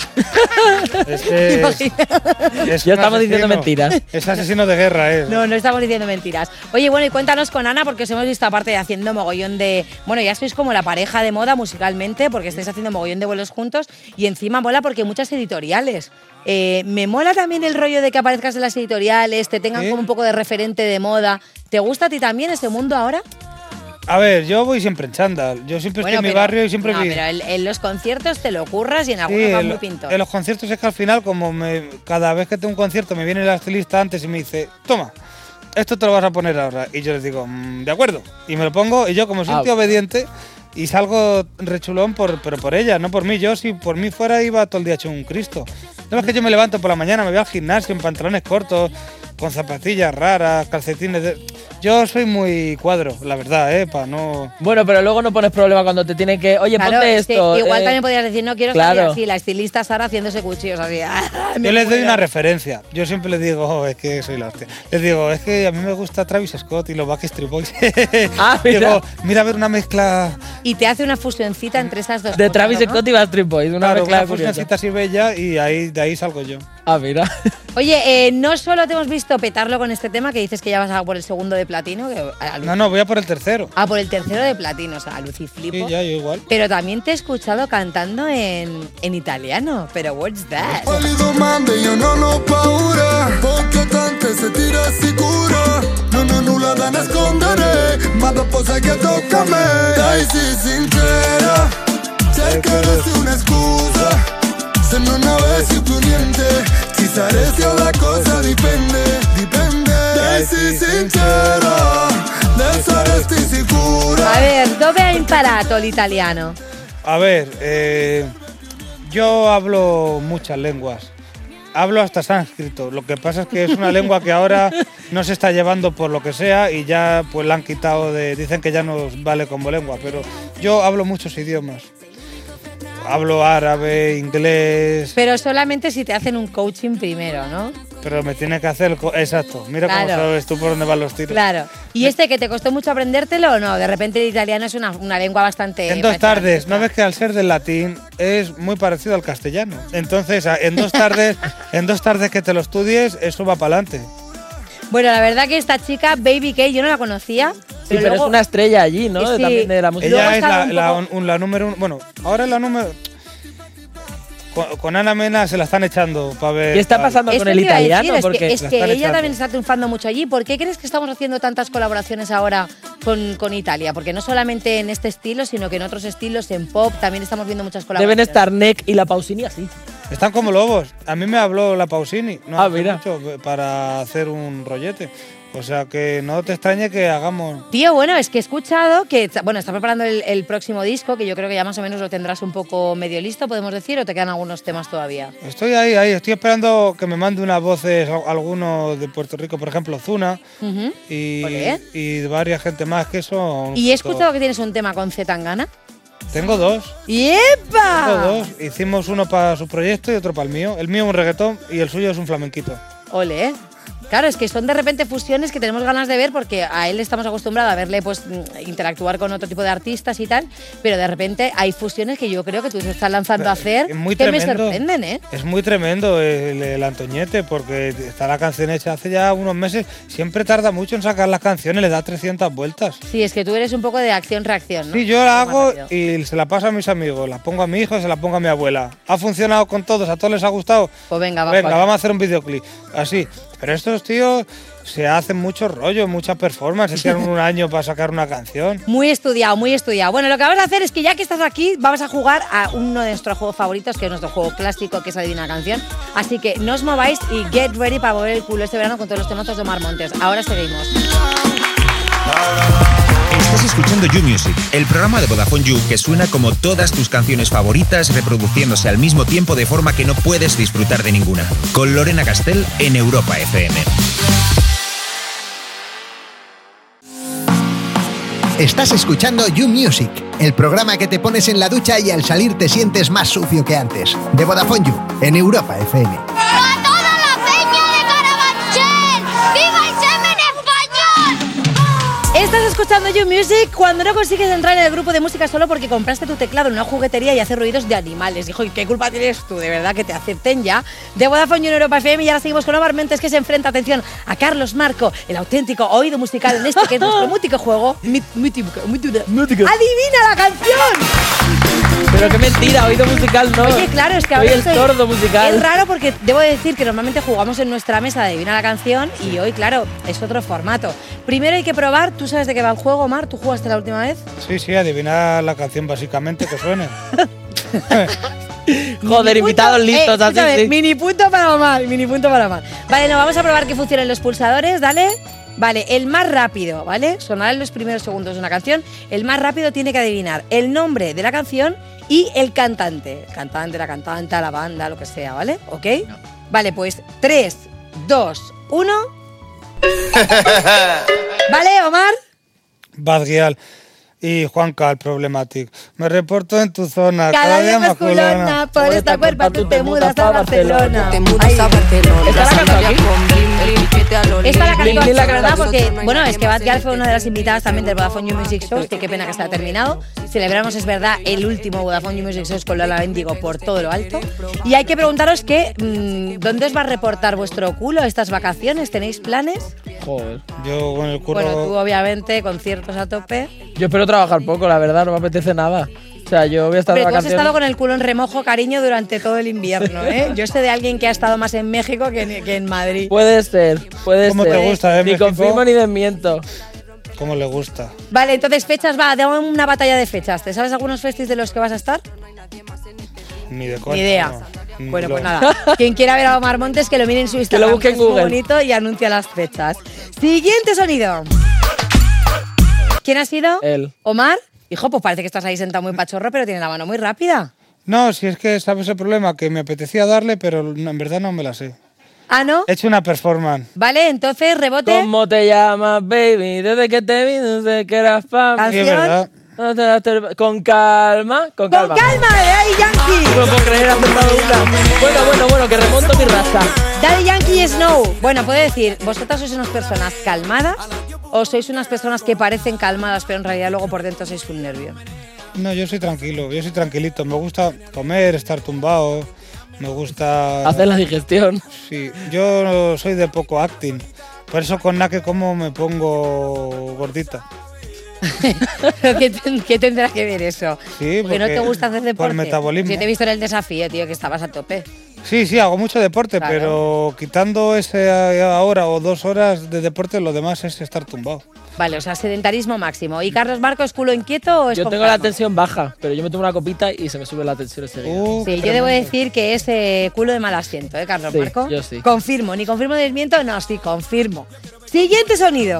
Es que Imagina. es Ya un estamos diciendo asesino. mentiras. Es asesino de guerra, No, no estamos diciendo mentiras. Oye, bueno, y cuéntanos con Ana, porque os hemos visto aparte de haciendo mogollón de… Bueno, ya sois como la pareja de moda musicalmente, porque estáis haciendo mogollón de vuelos juntos y encima mola porque hay muchas editoriales. Me mola también el rollo de que aparezcas en las editoriales, te tengan ¿Sí? como un poco de referente de moda. ¿Te gusta a ti también ese mundo ahora? A ver, yo voy siempre en chándal. Yo siempre estoy en mi barrio y siempre no, vi. pero en los conciertos te lo curras y en algunos Sí, vas en, muy pintor. en los conciertos es que al final, como cada vez que tengo un concierto me viene el estilista antes y me dice, toma, esto te lo vas a poner ahora. Y yo les digo, de acuerdo. Y me lo pongo y yo como soy un tío obediente y salgo rechulón pero por ella, no por mí. Yo si por mí fuera iba todo el día hecho un Cristo. No es que yo me levanto por la mañana, me voy al gimnasio en pantalones cortos, con zapatillas raras, calcetines. Yo soy muy cuadro, la verdad, para no… Bueno, pero luego no pones problema cuando te tienen que… Oye, Claro, ponte es que esto. igual también podrías decir, no quiero claro. salir así, la estilista Sara haciéndose cuchillos así. Yo les doy una referencia. Yo siempre les digo, es que soy la hostia. Les digo, es que a mí me gusta Travis Scott y los Backstreet Boys. Ah, mira. Digo, mira a ver una mezcla… Y te hace una fusioncita entre esas dos De cosas, Travis ¿no? Scott y Backstreet Boys, una Claro, mezcla una curiosa. fusioncita así bella y de ahí salgo yo. Ah, mira. Oye, no solo te hemos visto petarlo con este tema, que dices que ya vas a por el segundo de platino. No, voy a por el tercero. Ah, por el tercero de platino, o sea, luciflipo. Sí, ya, yo igual. Pero también te he escuchado cantando en italiano. Pero what's that? Quali domande io non ho paura, perché tante se tira sicura, non ho nulla da nascondere, ma dopo sai che tocca a me. Dai, sii sincera, cercheresti una scusa, se non avessi più niente, ci saresti o la cosa dipende, dipende. Dai, sii sincera, ne saresti sicura. A ver, dove hai imparato l'italiano? A ver, yo hablo muchas lenguas. Hablo hasta sánscrito. Lo que pasa es que es una lengua que ahora no se está llevando por lo que sea y ya pues la han quitado dicen que ya no vale como lengua, pero yo hablo muchos idiomas. hablo árabe, inglés. Pero solamente si te hacen un coaching primero, ¿no? Pero me tiene que hacer... Exacto. Mira cómo sabes tú por dónde van los tiros. Claro. ¿Y que te costó mucho aprendértelo o no? De repente el italiano es una lengua bastante... En 2 tardes. ¿No ves que al ser del latín es muy parecido al castellano? Entonces, en 2 tardes que te lo estudies, eso va para adelante. Bueno, la verdad que esta chica, Baby K, yo no la conocía. Sí, pero es una estrella allí, ¿no? Sí. También de la música. Ella es la número 1. Bueno, ahora es la número... Con Ana Mena se la están echando para ver... ¿Qué está pasando con el italiano? Porque es que ella también está triunfando mucho allí. ¿Por qué crees que estamos haciendo tantas colaboraciones ahora con Italia? Porque no solamente en este estilo, sino que en otros estilos, en pop, también estamos viendo muchas colaboraciones. Deben estar Neck y la Pausini así. Están como lobos. A mí me habló la Pausini. No mira. Mucho, para hacer un rollete. O sea que no te extrañe que hagamos... Tío, bueno, es que he escuchado que... Bueno, está preparando el próximo disco, que yo creo que ya más o menos lo tendrás un poco medio listo, podemos decir, ¿o te quedan algunos temas todavía? Estoy ahí. Estoy esperando que me mande unas voces alguno de Puerto Rico, por ejemplo, Zuna. Y varias gente más que eso. Y he escuchado que tienes un tema con Zetangana. Tengo 2. ¡Yepa! Tengo 2. Hicimos uno para su proyecto y otro para el mío. El mío es un reggaetón y el suyo es un flamenquito. Ole, Claro, es que son de repente fusiones que tenemos ganas de ver porque a él estamos acostumbrados a verle pues interactuar con otro tipo de artistas y tal, pero de repente hay fusiones que yo creo que tú te estás lanzando a hacer que me sorprenden, ¿eh? Es muy tremendo el Antoñete porque está la canción hecha hace ya unos meses, siempre tarda mucho en sacar las canciones, le da 300 vueltas. Sí, es que tú eres un poco de acción-reacción, ¿no? Sí, yo la hago y se la paso a mis amigos, la pongo a mi hijo y se la pongo a mi abuela. ¿Ha funcionado con todos? ¿A todos les ha gustado? Pues venga, vamos a hacer un videoclip, así. Pero estos tíos se hacen mucho rollo, mucha performance, se tiran un año para sacar una canción. Muy estudiado, muy estudiado. Bueno, lo que vamos a hacer es que ya que estás aquí, vamos a jugar a uno de nuestros juegos favoritos, que es nuestro juego clásico, que es Adivina Canción. Así que no os mováis y get ready para mover el culo este verano con todos los temazos de Omar Montes. Ahora seguimos. Estás escuchando You Music, el programa de Vodafone You que suena como todas tus canciones favoritas reproduciéndose al mismo tiempo de forma que no puedes disfrutar de ninguna. Con Lorena Castell en Europa FM. Estás escuchando You Music, el programa que te pones en la ducha y al salir te sientes más sucio que antes. De Vodafone You en Europa FM. Estás escuchando You Music cuando no consigues entrar en el grupo de música solo porque compraste tu teclado en una juguetería y hace ruidos de animales. Dijo, ¿y qué culpa tienes tú? De verdad que te acepten ya. De Vodafone You en Europa FM y ahora seguimos con Omar Montes, que se enfrenta, atención, a Carlos Marco, el auténtico oído musical en este que es nuestro mútico juego. Mítico. ¡Adivina la canción! Pero qué mentira, oído musical no. Oye, claro, es que ahora soy el sordo musical. Es raro porque debo decir que normalmente jugamos en nuestra mesa de Adivina la canción y hoy, claro, es otro formato. Primero hay que probar, ¿tú sabes de qué va el juego, Omar? ¿Tú jugaste la última vez? Sí, adivinar la canción básicamente que suene. Joder, invitados listos. Así, sí. Mini punto para Omar. Vale, no, vamos a probar que funcionen los pulsadores, dale. Vale, el más rápido, ¿vale? Sonará en los primeros segundos de una canción. El más rápido tiene que adivinar el nombre de la canción y el cantante. El cantante, la cantante, la banda, lo que sea, ¿vale? ¿Ok? No. Vale, pues 3, 2, 1. ¿Vale, Omar? Bad Gyal y Juanca, el Problematic. Me reporto en tu zona. Cada día más culona. Por esta cuerpa tú te mudas a Barcelona. Te mudas a Barcelona. ¿Está la canción aquí? Esta la cantó, la verdad, porque, bueno, es que Bad Gyal fue una de las invitadas también del Vodafone You Music Shows, que qué pena que está terminado. Celebramos, es verdad, el último Vodafone You Music Shows con Lola Bendigo por todo lo alto. Y hay que preguntaros que, ¿dónde os va a reportar vuestro culo estas vacaciones? ¿Tenéis planes? Joder. Yo con el culo... Bueno, tú obviamente, conciertos a tope. Yo espero trabajar poco, la verdad, no me apetece nada. O sea, yo voy a estar de vacaciones. Pero tú has estado con el culo en remojo, cariño, durante todo el invierno, ¿eh? Yo sé de alguien que ha estado más en México que en Madrid. Puede ser. ¿Cómo te gusta, Ni México? confirmo ni desmiento. ¿Cómo le gusta? Vale, entonces fechas, dame una batalla de fechas. ¿Te sabes algunos festis de los que vas a estar? Ni de coña. Ni idea. No. Bueno, pues nada. Quien quiera ver a Omar Montes, que lo mire en su Instagram. Que lo busque en Google. Google. Es muy bonito y anuncia las fechas. Siguiente sonido. ¿Quién ha sido? Él. ¿Omar? Hijo, pues parece que estás ahí sentado muy pachorro, pero tiene la mano muy rápida. No, si es que sabes el problema, que me apetecía darle, pero en verdad no me la sé. ¿Ah, no? He hecho una performance. Vale, entonces, rebote. ¿Cómo te llamas, baby? Desde que te vi, desde que eras fan. Sí, es verdad. Con calma, con calma. ¡Con calma, Daddy Yankee! No puedo creer, ha acertado una. Bueno, que remonto mi raza. Daddy Yankee y Snow. Bueno, puedo decir, ¿vosotras sois unas personas calmadas o sois unas personas que parecen calmadas, pero en realidad luego por dentro sois un nervio? No, yo soy tranquilo, yo soy tranquilito. Me gusta comer, estar tumbado, me gusta... hacer la digestión. Sí, yo soy de poco acting. Por eso con Nake como me pongo gordita. ¿Qué tendrá que ver eso? Sí, porque no te gusta hacer deporte. Por metabolismo. Yo te he visto en el desafío, tío, que estabas a tope. Sí, hago mucho deporte, claro. Pero quitando ese hora o 2 horas de deporte, lo demás es estar tumbado. Vale, o sea, sedentarismo máximo. ¿Y Carlos Marcos, culo inquieto o es Yo con tengo calma? la tensión baja, pero yo me tomo una copita y se me sube la tensión ese día. Sí, yo debo decir que es culo de mal asiento, ¿eh, Carlos Sí, Marco? yo sí. Confirmo, ni confirmo ni desmiento, no, sí, confirmo. Siguiente sonido.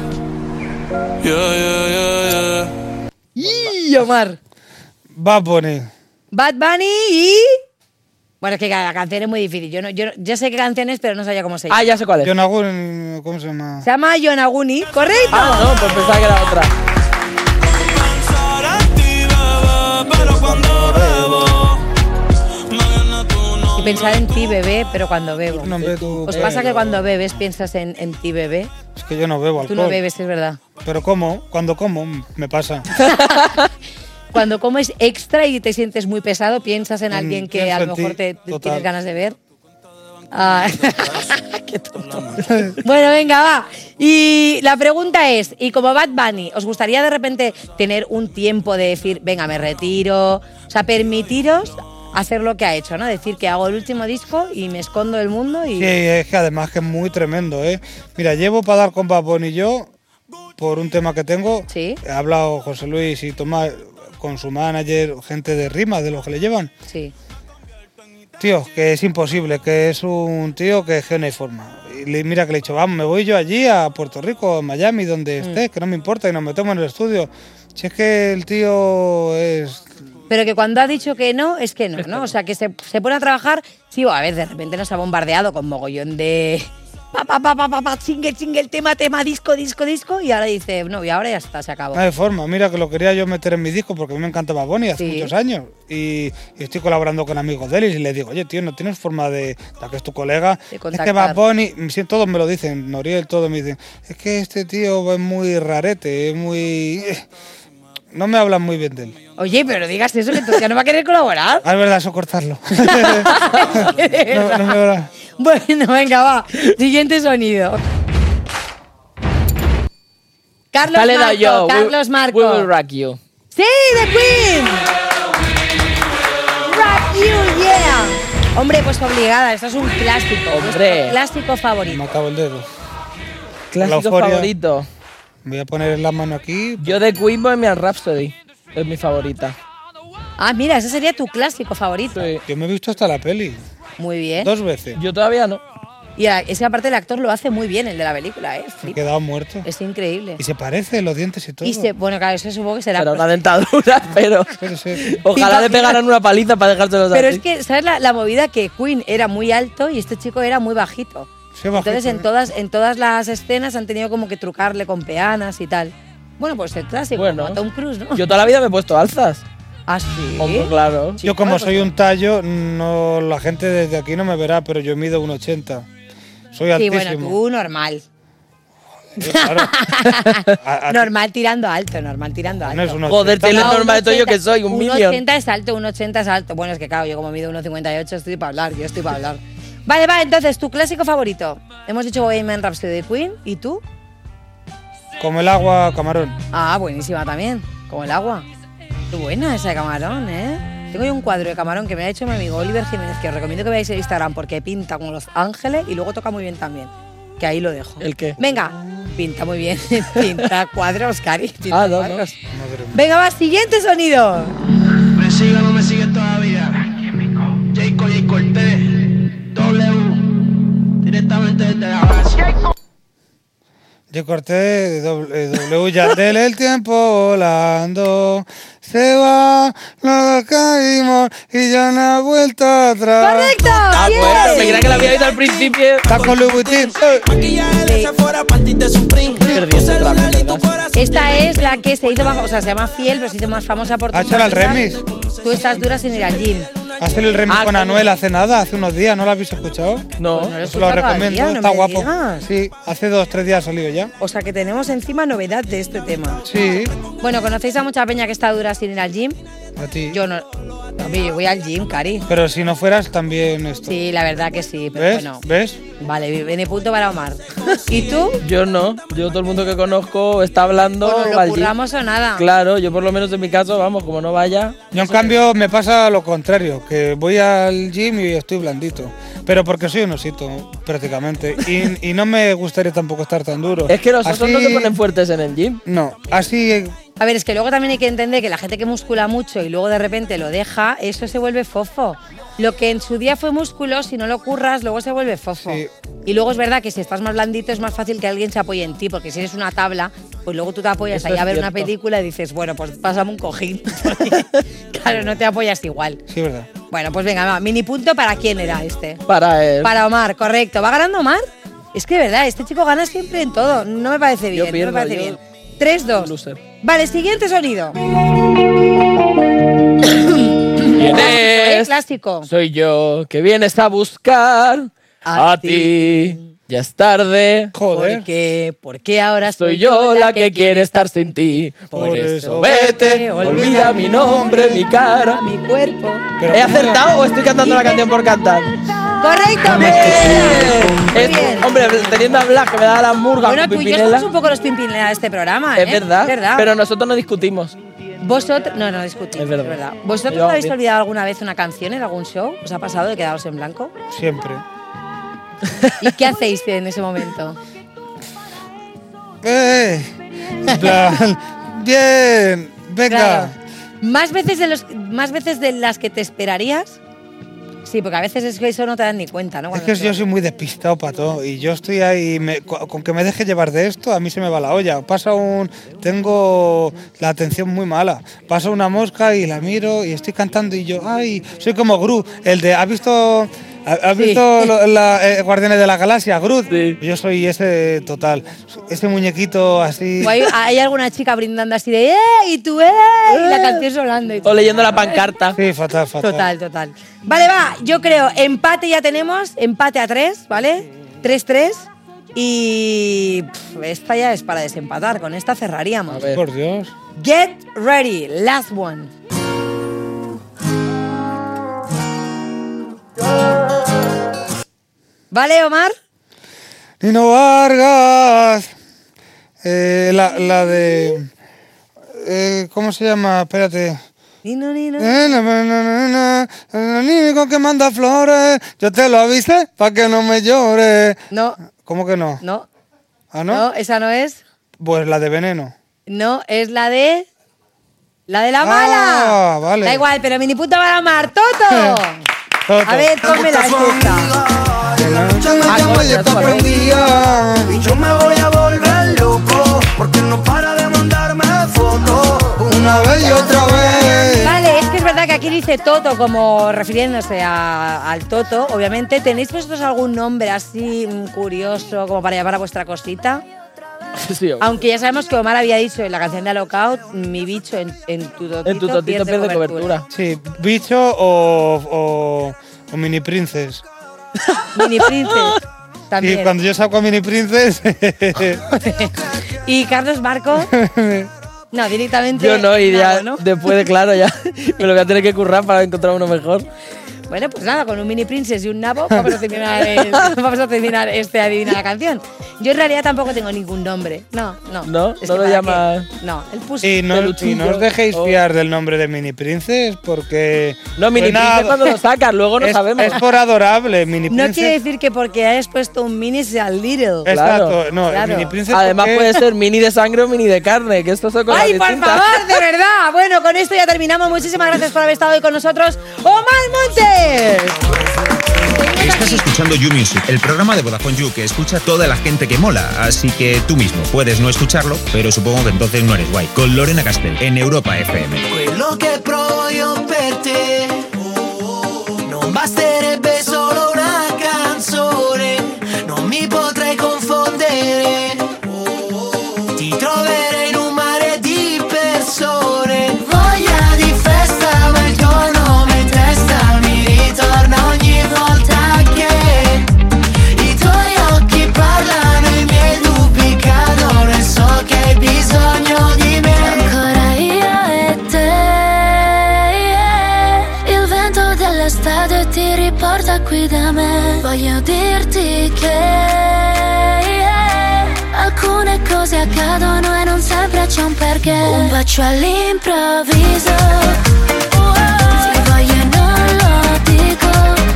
Y Omar. Bad Bunny. Bad Bunny y... Bueno, es que la canción es muy difícil. Yo sé qué canción es, pero no sabía cómo se llama. Ah, ya sé cuál es. Yonaguni, ¿cómo se llama? Se llama Yonaguni, ¿correcto? Ah, no, pues pensaba que era otra. Y pensar en ti, bebé, pero cuando bebo. No, ¿Os pasa que cuando bebes piensas en ti, bebé? Es que yo no bebo Tú alcohol. no bebes, es verdad. Pero cuando como, me pasa. Cuando comes extra y te sientes muy pesado, piensas en alguien que a lo mejor te tienes ganas de ver. Ah, qué tonto. Bueno, venga, va. Y la pregunta es, y como Bad Bunny, ¿os gustaría de repente tener un tiempo de decir, venga, me retiro? O sea, permitiros hacer lo que ha hecho, ¿no? Decir que hago el último disco y me escondo del mundo y... Sí, es que además que es muy tremendo, ¿eh? Mira, llevo para dar con Bad Bunny yo, por un tema que tengo. Sí. He hablado José Luis y Tomás con su manager, gente de Rima, de los que le llevan. Sí. Tío, que es imposible, que es un tío que no hay forma. Y mira que le he dicho, vamos, me voy yo allí a Puerto Rico, a Miami, donde estés, que no me importa, y nos metemos en el estudio. Si es que el tío es... Pero que cuando ha dicho que no, es que no, ¿no? O sea, que se pone a trabajar, sí, a ver, de repente nos ha bombardeado con mogollón de... Chingue, tema, disco, y ahora dice, no, y ahora ya está, se acabó. No hay forma, mira que lo quería yo meter en mi disco porque a mí me encanta Bad Bunny hace muchos años y estoy colaborando con amigos de él y le digo, oye tío, no tienes forma de, ya que es tu colega, es que Bad Bunny, todos me lo dicen, Noriel, todos me dicen, es que este tío es muy rarete, es muy... No me hablan muy bien de él. Oye, pero no digas eso, que tú ya no va a querer colaborar. Ah, es verdad, eso cortarlo. no me habla. Bueno, venga, va. Siguiente sonido. Carlos Marco. We will rock you. ¡Sí, The Queen! Rock you, yeah. Hombre, pues obligada, esto es un clásico. Hombre. Clásico favorito. Me acabo el dedo. Clásico favorito. Voy a poner la mano aquí. Yo de Queen Bohemian Rhapsody. Es mi favorita. Ah, mira, ese sería tu clásico favorito. Sí. Yo me he visto hasta la peli. Muy bien. 2 veces. Yo todavía no. Y es que aparte el actor lo hace muy bien, el de la película, ¿eh? Me he quedado muerto. Es increíble. Y se parece, los dientes y todo. Bueno, claro, eso supongo que será... Será una dentadura, pero... Ojalá le pegaran una paliza para dejárselos Pero así. es que, ¿sabes la movida? Que Queen era muy alto y este chico era muy bajito. Sí, bajito, entonces en todas las escenas han tenido como que trucarle con peanas y tal. Bueno, pues el clásico, Bueno, como a Tom Cruise, ¿no? Yo toda la vida me he puesto alzas. ¿Ah, sí? Hombre, claro. Yo como soy un tallo, no, la gente desde aquí no me verá, pero yo mido 1,80. Soy altísimo. Sí, bueno, tú normal. Claro. Normal tirando alto, normal tirando alto. No es 1,80. Joder, tienes normal de yo que soy, un minion. 1,80 es alto, 1,80 es alto. Bueno, es que claro, yo como mido 1,58 estoy para hablar, yo estoy para hablar. Vale, entonces, tu clásico favorito. Hemos dicho Bohemian Rhapsody de Queen, ¿y tú? Como el agua, camarón. Ah, buenísima también, como el agua. Qué buena esa de camarón, ¿eh? Tengo yo un cuadro de camarón que me ha hecho mi amigo Oliver Jiménez, que os recomiendo que veáis en Instagram porque pinta como Los Ángeles y luego toca muy bien también. Que ahí lo dejo. ¿El qué? Venga, pinta muy bien. Pinta cuadros, Cari. Ah, no, no. Venga, va, siguiente sonido. ¿Me sigue o no me sigue todavía? J. Cortés, W, directamente desde la base. Yo corté W Yandel, el tiempo volando. Se va, nos caímos y ya no ha vuelto atrás. ¡Correcto! Ah, ¡Bien! bueno, me creía que la había oído al principio. Está con Louis Vuitton. Esta es la que se hizo más, o sea, se llama Fiel, pero se hizo más famosa por ¿Ha hecho el remix? Tú estás dura sin ir al gym. Hacer el remix con Anuel hace nada, hace unos días, ¿no lo habéis escuchado? No. Pues no lo he Os lo escuchado recomiendo, todavía, no está me guapo. digas. Sí, hace 2-3 días ha salido ya. O sea, que tenemos encima novedad de este tema. Sí. Bueno, ¿conocéis a mucha peña que está dura sin ir al gym? A ti. Yo no. A mí, yo voy al gym, Cari. Pero si no fueras también esto. Sí, la verdad que sí, pero ¿Ves? bueno. ¿Ves? Vale, viene punto para Omar. ¿Y tú? Yo no. Yo todo el mundo que conozco está hablando. ¿O nos lo al gym. curramos o nada? Claro, yo por lo menos en mi caso, vamos, como no vaya. Yo en cambio me pasa lo contrario, que voy al gym y estoy blandito. Pero porque soy un osito, prácticamente. Y no me gustaría tampoco estar tan duro. Es que los osos Así- no se ponen fuertes en el gym. No, así... A ver, es que luego también hay que entender que la gente que muscula mucho y luego de repente lo deja, eso se vuelve fofo. Lo que en su día fue músculo, si no lo curras, luego se vuelve fofo. Sí. Y luego es verdad que si estás más blandito es más fácil que alguien se apoye en ti, porque si eres una tabla, pues luego tú te apoyas Eso ahí es a ver una cierto. película y dices, bueno, pues pásame un cojín. Claro, no te apoyas igual. Sí, verdad. Bueno, pues venga, va, mini punto para quién era este. Para él. Para Omar, correcto. ¿Va ganando Omar? Es que de verdad, este chico gana siempre en todo. No me parece bien. Yo pierdo, no me parece yo- bien. 3-2. Loser. Vale, siguiente sonido. ¿Quién Clásico, es? Clásico. Soy yo que vienes a buscar a ti. Ya es tarde. Joder. ¿Por qué ahora Soy yo la que quiere estar sin ti. Por eso vete, olvida mi nombre, mi cara. mi cuerpo? Pero ¿He acertado o estoy cantando la canción por cantar? ¡Correcto! Bien. Muy Es- bien. hombre, teniendo a Blas que me da la murga Bueno, con tú y yo Pimpinela. somos un poco los Pimpinela de este programa, ¿eh? Es verdad, Es verdad. pero nosotros no discutimos. Vosotros, no discutimos, Es verdad. ¿Vosotros Llevamos habéis bien. olvidado alguna vez una canción en algún show? ¿Os ha pasado de quedaros en blanco? Siempre. ¿Y qué hacéis en ese momento? En plan, bien, venga. Claro. ¿Más veces de las que te esperarías? Sí, porque a veces es que eso no te das ni cuenta, ¿no? Es Cuando que te yo vas. soy muy despistado para todo y yo estoy ahí, con que me deje llevar de esto, a mí se me va la olla. Tengo la atención muy mala. Pasa una mosca y la miro y estoy cantando y yo, ay, soy como Gru, el de, ¿has visto Guardianes de la Galaxia, Groot? Sí. Yo soy ese total, ese muñequito así. O hay alguna chica brindando así de y tú, y la canción sonando. Y O leyendo la pancarta. Sí, fatal. Total. Vale, va, yo creo, empate ya tenemos, empate a 3, ¿vale? 3-3. Y esta ya es para desempatar, con esta cerraríamos. A ver. Por Dios. Get ready, last one. ¿Vale, Omar? Nino Vargas. La de... ¿cómo se llama? Espérate. Nino. El único que manda flores, yo te lo avisé para que no me llores. No, ¿Cómo que no? no, ¿Ah, no? no, esa no es. Pues la de Veneno. No, es la de... ¡La de la mala! Ah, vale. Da igual, pero mini punto para Omar. ¡Toto! Toto. A ver, pónmela esta. De la noche a la llama y está prendida. Y yo me voy a volver loco, porque no para de mandarme fotos. Una vez y otra vez. Vale, es que es verdad que aquí dice Toto como refiriéndose al Toto, obviamente. ¿Tenéis vosotros algún nombre así curioso como para llamar a vuestra cosita? Sí, hombre. Aunque ya sabemos que Omar había dicho en la canción de Lockout, mi bicho en tu totito, En tu totito pierde cobertura. Sí, bicho o Mini Princess. Mini Princess Y también. cuando yo saco a Mini Princess... ¿Y Carlos Marco? No, directamente. Yo no, y ya nada, ¿no? después de claro, ya me lo voy a tener que currar para encontrar uno mejor. Bueno, pues nada, con un Mini Princess y un nabo vamos a terminar este Adivina la canción. Yo en realidad tampoco tengo ningún nombre. No. ¿No? Es ¿No que lo para llamas? qué. No, el puso. Y no os dejéis fiar del nombre de Mini Princess porque... No, Mini suena- Princess cuando lo sacas, luego no sabemos. Es por adorable, Mini No Princess. quiere decir que porque hayas puesto un mini sea little. Exacto, Claro. no, Claro. Mini Princess Además porque- puede ser mini de sangre o mini de carne, que esto son cosas ¡Ay, por distintas. favor, de verdad! Bueno, con esto ya terminamos. Muchísimas gracias por haber estado hoy con nosotros. ¡Omar Montes! Estás escuchando You Music, el programa de Vodafone You que escucha toda la gente que mola, así que tú mismo puedes no escucharlo, pero supongo que entonces no eres guay. Con Lorena Castell en Europa FM. Quello che provo io per te non basterebbe solo una canzone, non mi potrei confondere, ti troverei in un mare di persone, voglia di festa ma il tuo nome in testa mi ritorna ogni volta che i tuoi occhi parlano, i miei dubbi cadono e so che hai bisogno di me. Ancora io e te, il vento dell'estate ti riporta qui da me. Voglio dirti che alcune cose accadono e non sempre c'è un perché. Un bacio all'improvviso, ti voglio e non lo dico,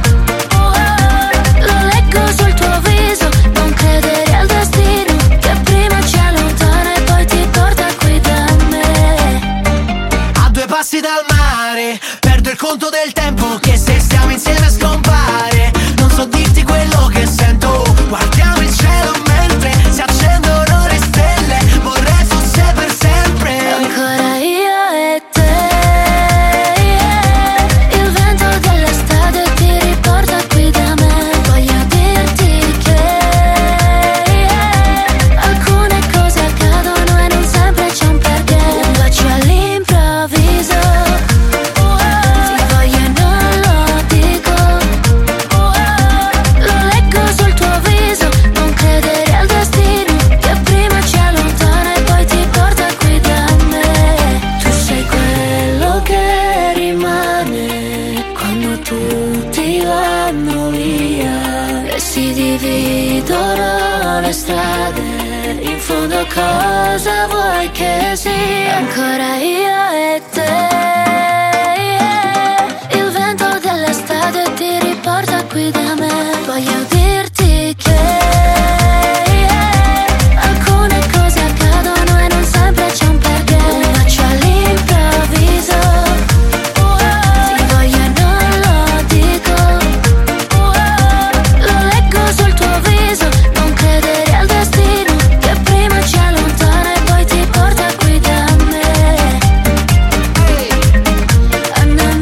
lo leggo sul tuo viso. Non credere al destino che prima ci allontana e poi ti porta qui da me. A 2 passi dal mare, perdo il conto del tempo che se stiamo insieme scompare. Non so dirti quello che sento, guardiamo il cielo mentre si accendono le stelle, vorrei fosse per sempre. Ancora io e te, il vento dell'estate ti riporta qui da me. Voglio dirti che alcune cose accadono e non sempre c'è un perché. Un bacio all'improvviso, ti voglio e non lo dico, lo leggo sul tuo viso. Non credere al destino che prima ci allontana e poi ti porta qui da me. Tu sei quello che rimane quando tutti vanno via e si dividono le strade. In fondo cosa vuoi che sia? Ancora io e te, il vento dell'estate ti riporta qui da me. Voglio dirti che alcune cose accadono e non sempre c'è un perché. Un bacio all'improvviso, ti voglio e non lo dico, lo leggo sul tuo viso. Non credere al destino che prima ci allontana e poi ti porta qui da me. Anna,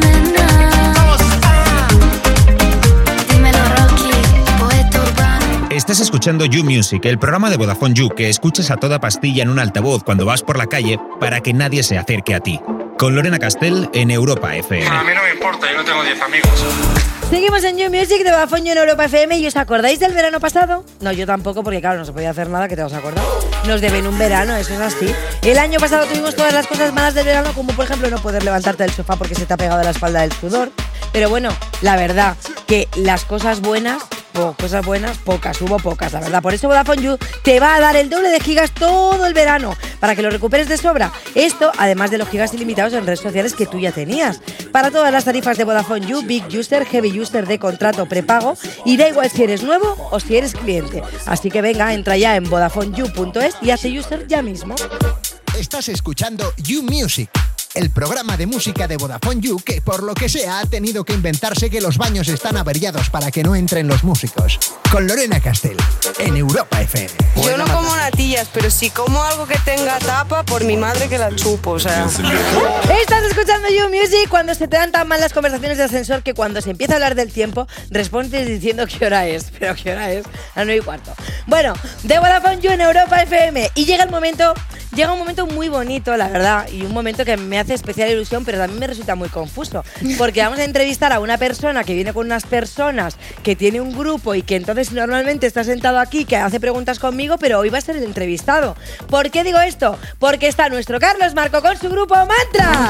dímelo Rocky, poeta urbano. Estás escuchando You Music, el programa de Vodafone You que escuchas a toda pastilla en un altavoz cuando vas por la calle para que nadie se acerque a ti. Con Lorena Castell en Europa FM. A mí no me importa, yo no tengo 10 amigos. Seguimos en You Music de Vodafone You en Europa FM. ¿Y os acordáis del verano pasado? No, yo tampoco, porque claro, no se podía hacer nada, que te vas a acordar. Nos deben un verano, eso es así. El año pasado tuvimos todas las cosas malas del verano, como por ejemplo no poder levantarte del sofá porque se te ha pegado a la espalda del sudor. Pero bueno, la verdad que las cosas buenas, pocas, hubo pocas, la verdad. Por eso Vodafone You te va a dar el doble de gigas todo el verano, para que lo recuperes de sobra. Esto, además de los gigas ilimitados en redes sociales que tú ya tenías. Para todas las tarifas de Vodafone You, Big User, Heavy User de contrato prepago, y da igual si eres nuevo o si eres cliente. Así que venga, entra ya en VodafoneYou.es y hace User ya mismo. Estás escuchando You Music, el programa de música de Vodafone You que por lo que sea ha tenido que inventarse que los baños están averiados para que no entren los músicos. Con Lorena Castell, en Europa FM. Yo no como natillas, pero si como algo que tenga tapa, por mi madre que la chupo, o sea. Estás escuchando You Music cuando se te dan tan mal las conversaciones de ascensor que cuando se empieza a hablar del tiempo, respondes diciendo qué hora es. ¿Pero qué hora es? A 9:15. Bueno, de Vodafone You en Europa FM. Y llega un momento muy bonito, la verdad, y un momento que me hace especial ilusión, pero también me resulta muy confuso, porque vamos a entrevistar a una persona que viene con unas personas, que tiene un grupo y que entonces normalmente está sentado aquí, que hace preguntas conmigo, pero hoy va a ser el entrevistado. ¿Por qué digo esto? Porque está nuestro Carlos Marco con su grupo Mantra.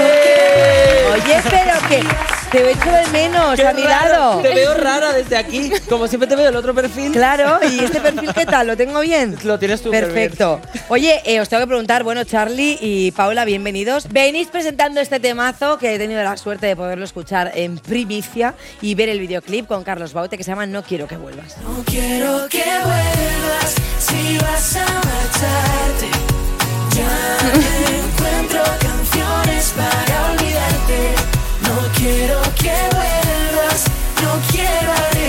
Oye, pero que te echo de menos a mi lado. Te veo rara desde aquí, como siempre te veo el otro perfil. Claro, ¿y este perfil qué tal? ¿Lo tengo bien? Lo tienes tú. Perfecto. Oye, os tengo que preguntar, bueno, Charlie y Paula, bienvenidos. Venís presentando este temazo que he tenido la suerte de poderlo escuchar en primicia y ver el videoclip con Carlos Baute que se llama No quiero que vuelvas. No quiero que vuelvas si vas a marcharte. Ya encuentro canciones para olvidarte. No quiero que vuelvas, no quiero arriesgarte.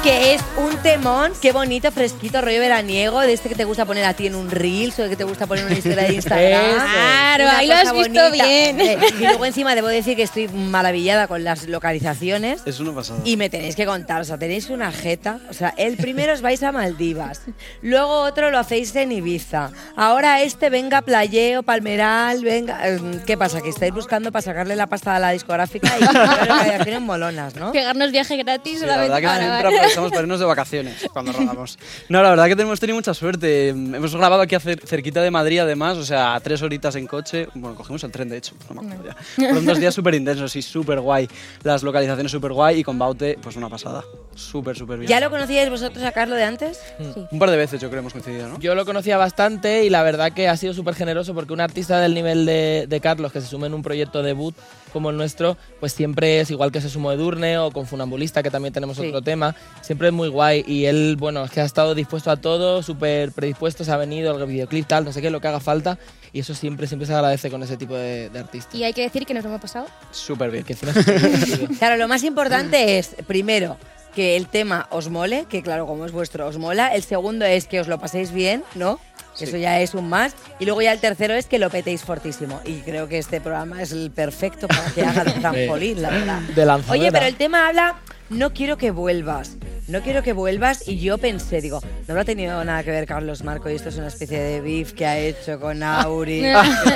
Que es un temón, qué bonito, fresquito, rollo veraniego, de este que te gusta poner a ti en un Reels o de que te gusta poner una historia de Instagram. Claro, Una ahí lo cosa has visto bonita. bien. Y luego encima debo decir que estoy maravillada con las localizaciones. Es una pasada. Y me tenéis que contar, o sea, tenéis una jeta. O sea, el primero os vais a Maldivas, luego otro lo hacéis en Ibiza, ahora venga playeo, palmeral, venga. ¿Qué pasa? Que estáis buscando para sacarle la pasta a la discográfica y localizaciones molonas, ¿no? Pegarnos viaje gratis Sí, la verdad que siempre aprovechamos para irnos de vacaciones cuando rodamos. No, la verdad que hemos tenido mucha suerte. Hemos grabado aquí cerquita de Madrid además, o sea, 3 horitas en coche. Bueno, cogimos el tren de hecho, no me acuerdo ya. Fueron 2 días súper intensos y súper guay. Las localizaciones súper guay y con Baute, pues una pasada. Súper bien. ¿Ya lo conocíais vosotros a Carlo de antes? Sí. Un par de veces yo creo que hemos coincidido, ¿no? Yo lo conocía bastante y la verdad que ha sido súper generoso porque un artista del nivel de Carlos que se sume en un proyecto debut como el nuestro, pues siempre es igual que se sumó Edurne o con Funambulista, que también tenemos otro tema, siempre es muy guay y él, bueno, es que ha estado dispuesto a todo, súper predispuesto, se ha venido, el videoclip tal, no sé qué, lo que haga falta y eso siempre se agradece con ese tipo de artistas. Y hay que decir que nos lo hemos pasado súper bien. Que encima es súper divertido. Claro, lo más importante es, primero, que el tema os mole, que claro, como es vuestro, os mola. El segundo es que os lo paséis bien, ¿no? Sí. Eso ya es un más. Y luego ya el tercero es que lo petéis fortísimo. Y creo que este programa es el perfecto para que haga de trampolín, la verdad. De lanzadera. Oye, pero el tema habla, no quiero que vuelvas. No quiero que vuelvas. Y yo pensé, digo, no habrá tenido nada que ver Carlos Marco y esto es una especie de beef que ha hecho con Auri.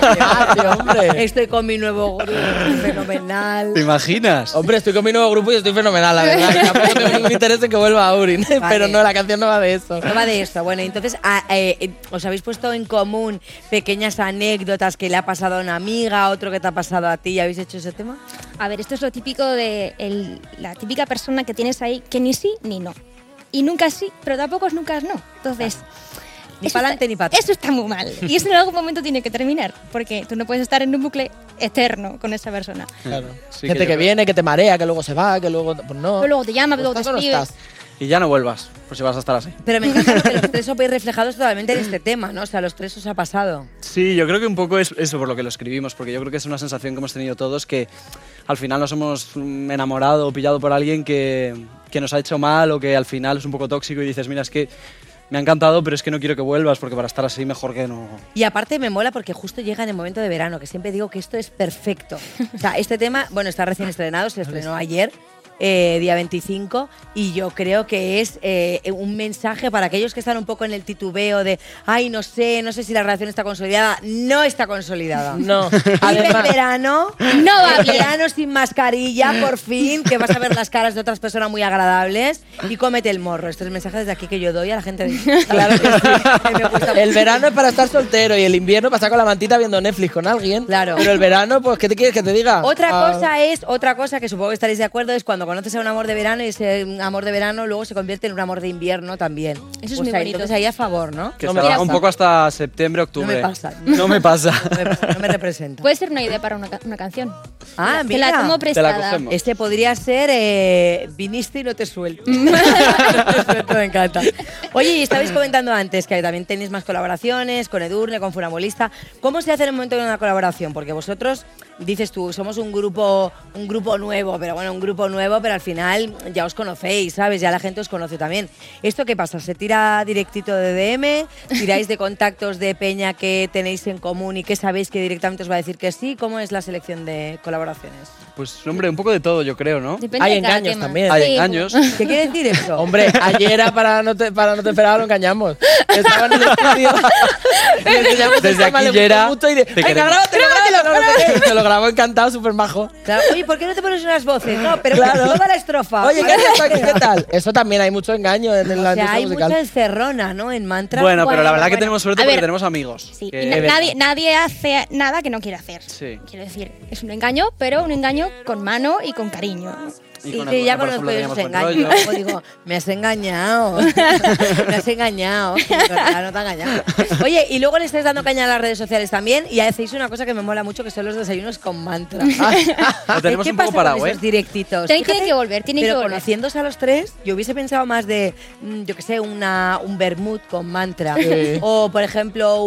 Hombre. Estoy con mi nuevo grupo, fenomenal. ¿Te imaginas? Hombre, estoy con mi nuevo grupo y estoy fenomenal, la verdad. Y tampoco tengo ningún interés en que vuelva Aurin. Vale. Pero no, la canción no va de eso. No va de esto. Bueno, entonces, ¿os habéis puesto en común pequeñas anécdotas que le ha pasado a una amiga, otro que te ha pasado a ti? ¿Habéis hecho ese tema? A ver, esto es lo típico de la típica persona que tienes ahí que ni sí ni no. Y nunca sí, pero tampoco es nunca no. Entonces, ni para adelante ni para atrás. Eso está muy mal. Y eso en algún momento tiene que terminar. Porque tú no puedes estar en un bucle eterno con esa persona. Claro. Sí, gente que viene, que te marea, que luego se va, que luego pues no. Pero luego te llama, luego te escribe. Y ya no vuelvas, por si vas a estar así. Pero me encanta que los tres os veis reflejados totalmente en este tema, ¿no? O sea, los tres os ha pasado. Sí, yo creo que un poco es eso por lo que lo escribimos, porque yo creo que es una sensación que hemos tenido todos, que al final nos hemos enamorado o pillado por alguien que nos ha hecho mal o que al final es un poco tóxico y dices, mira, es que me ha encantado, pero es que no quiero que vuelvas porque para estar así mejor que no. Y aparte me mola porque justo llega en el momento de verano, que siempre digo que esto es perfecto. O sea, este tema, bueno, está recién estrenado, se estrenó ayer. Día 25 y yo creo que es un mensaje para aquellos que están un poco en el titubeo de ay, no sé si la relación está consolidada. No está consolidada. No. Además, el verano, no va bien. Verano sin mascarilla, por fin, que vas a ver las caras de otras personas muy agradables y cómete el morro. Este es el mensaje desde aquí que yo doy a la gente de claro que sí. Me gusta el verano es para estar soltero y el invierno para estar con la mantita viendo Netflix con alguien. Claro. Pero el verano, pues, ¿qué te quieres que te diga? Otra cosa que supongo que estaréis de acuerdo es cuando conoces a un amor de verano y ese amor de verano luego se convierte en un amor de invierno también. Eso es muy bonito. Entonces ahí a favor, ¿no? Que se va un poco hasta septiembre, octubre. No me pasa. No me pasa. No me representa. Puede ser una idea para una canción. Ah, que mira. la tomo prestada. Este podría ser viniste y no te suelto. Me encanta. Oye, y estabais comentando antes que también tenéis más colaboraciones con Edurne, con Funambulista. ¿Cómo se hace en el momento de una colaboración? Porque vosotros, dices tú, somos un grupo nuevo, pero bueno, un grupo nuevo, pero al final ya os conocéis, ¿sabes? Ya la gente os conoce también. ¿Esto qué pasa? ¿Se tira directito de DM? ¿Tiráis de contactos de peña que tenéis en común y que sabéis que directamente os va a decir que sí? ¿Cómo es la selección de colaboraciones? Pues, hombre, un poco de todo, yo creo, ¿no? Depende Hay de cada engaños tema. también. Hay engaños. ¿Qué quiere decir eso? Hombre, ayer para no te esperaba lo engañamos. Estaba en el estudio. Desde aquí ya era. Venga, grábatelo. Y se lo grabó encantado, súper majo. Claro. Oye, ¿por qué no te pones unas voces? No, pero claro. toda la estrofa. Oye, ¿qué tal? Eso también hay mucho engaño en la industria hay musical. mucha encerrona, ¿no? En mantra. Bueno, pero la verdad que tenemos suerte porque tenemos amigos. Sí. Y nadie hace nada que no quiera hacer. Sí. Quiero decir, es un engaño, pero un engaño con mano y con cariño. Y que ya conozco esos engaños. Digo, me has engañado. Me has engañado. No te ha engañado. Oye, y luego le estáis dando caña a las redes sociales también y hacéis una cosa que me mola mucho, que son los desayunos con mantra. Lo tenemos ¿Qué un poco pasa parado, con esos directitos? Tienen que volver, Pero conociéndose a los tres, yo hubiese pensado más de, yo qué sé, un vermut con mantra. O, por ejemplo,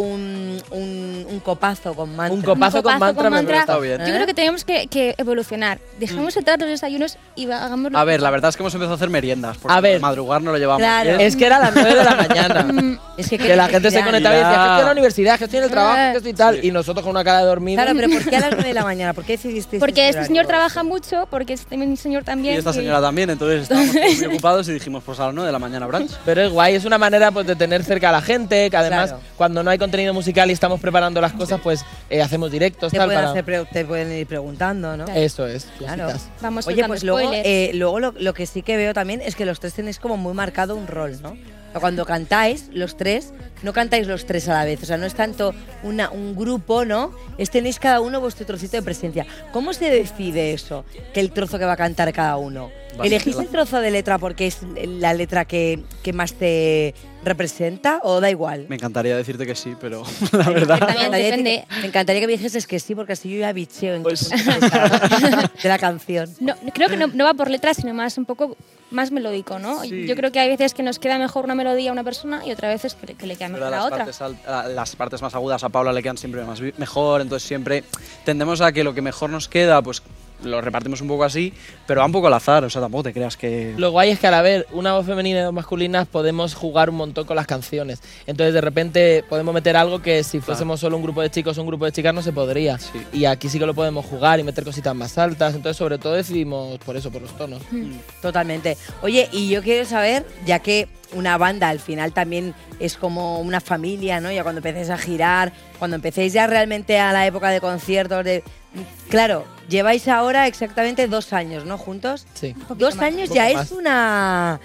un copazo con mantra. Un copazo con mantra me mantra. está bien. Yo creo que tenemos que evolucionar. Dejemos entrar los desayunos y hagámoslo. A ver, la verdad es que hemos empezado a hacer meriendas. Porque A ver. madrugar no lo llevamos Claro. bien. Es que era a las 9 de la mañana. Es que Que la gente se conectaba y decía, que estoy en la universidad, que estoy en el trabajo, que estoy tal. Sí. Y nosotros con una cara de dormido. Claro, pero ¿por qué a las 9 de la mañana? ¿Por qué decidisteis Porque este horario? señor trabaja mucho, porque este señor también. Y esta señora también, entonces estábamos todos muy ocupados y dijimos, pues a las 9 de la mañana brunch. Pero es guay, es una manera pues, de tener cerca a la gente, que además Claro. cuando no hay contenido musical y estamos preparando las cosas, pues hacemos directos, Te tal. pueden, para- te pueden ir preguntando, ¿no? Eso es, Claro. cositas. Vamos Oye, soltando pues luego, spoilers. luego lo que sí que veo también es que los tres tenéis como muy marcado un rol, ¿no? O sea, cuando cantáis, los tres, no cantáis los tres a la vez. O sea, no es tanto un grupo, ¿no? Tenéis cada uno vuestro trocito de presencia. ¿Cómo se decide eso? Que el trozo que va a cantar cada uno. ¿Elegís el trozo de letra porque es la letra que más te representa o da igual? Me encantaría decirte que sí, pero la verdad. Depende. Me encantaría que me dijeses que sí, porque así yo ya bicheo en Pues- qué punto está de la canción. No, creo que no va por letras, sino más un poco más melódico, ¿no? Sí. Yo creo que hay veces que nos queda mejor una melodía a una persona y otras veces que le queda mejor a la otra. Las partes más agudas a Paula le quedan siempre mejor, entonces siempre tendemos a que lo que mejor nos queda, pues lo repartimos un poco así, pero va un poco al azar, o sea, tampoco te creas que... Lo guay es que al haber una voz femenina y dos masculinas podemos jugar un montón con las canciones. Entonces de repente podemos meter algo que si fuésemos solo un grupo de chicos o un grupo de chicas no se podría. Sí. Y aquí sí que lo podemos jugar y meter cositas más altas. Entonces sobre todo decidimos por eso, por los tonos. Totalmente. Oye, y yo quiero saber, ya que una banda al final también es como una familia, ¿no? Ya cuando empecéis a girar, cuando empecéis ya realmente a la época de conciertos, claro, lleváis ahora exactamente 2 años, ¿no? Juntos. Sí. 2 años Un ya poco es una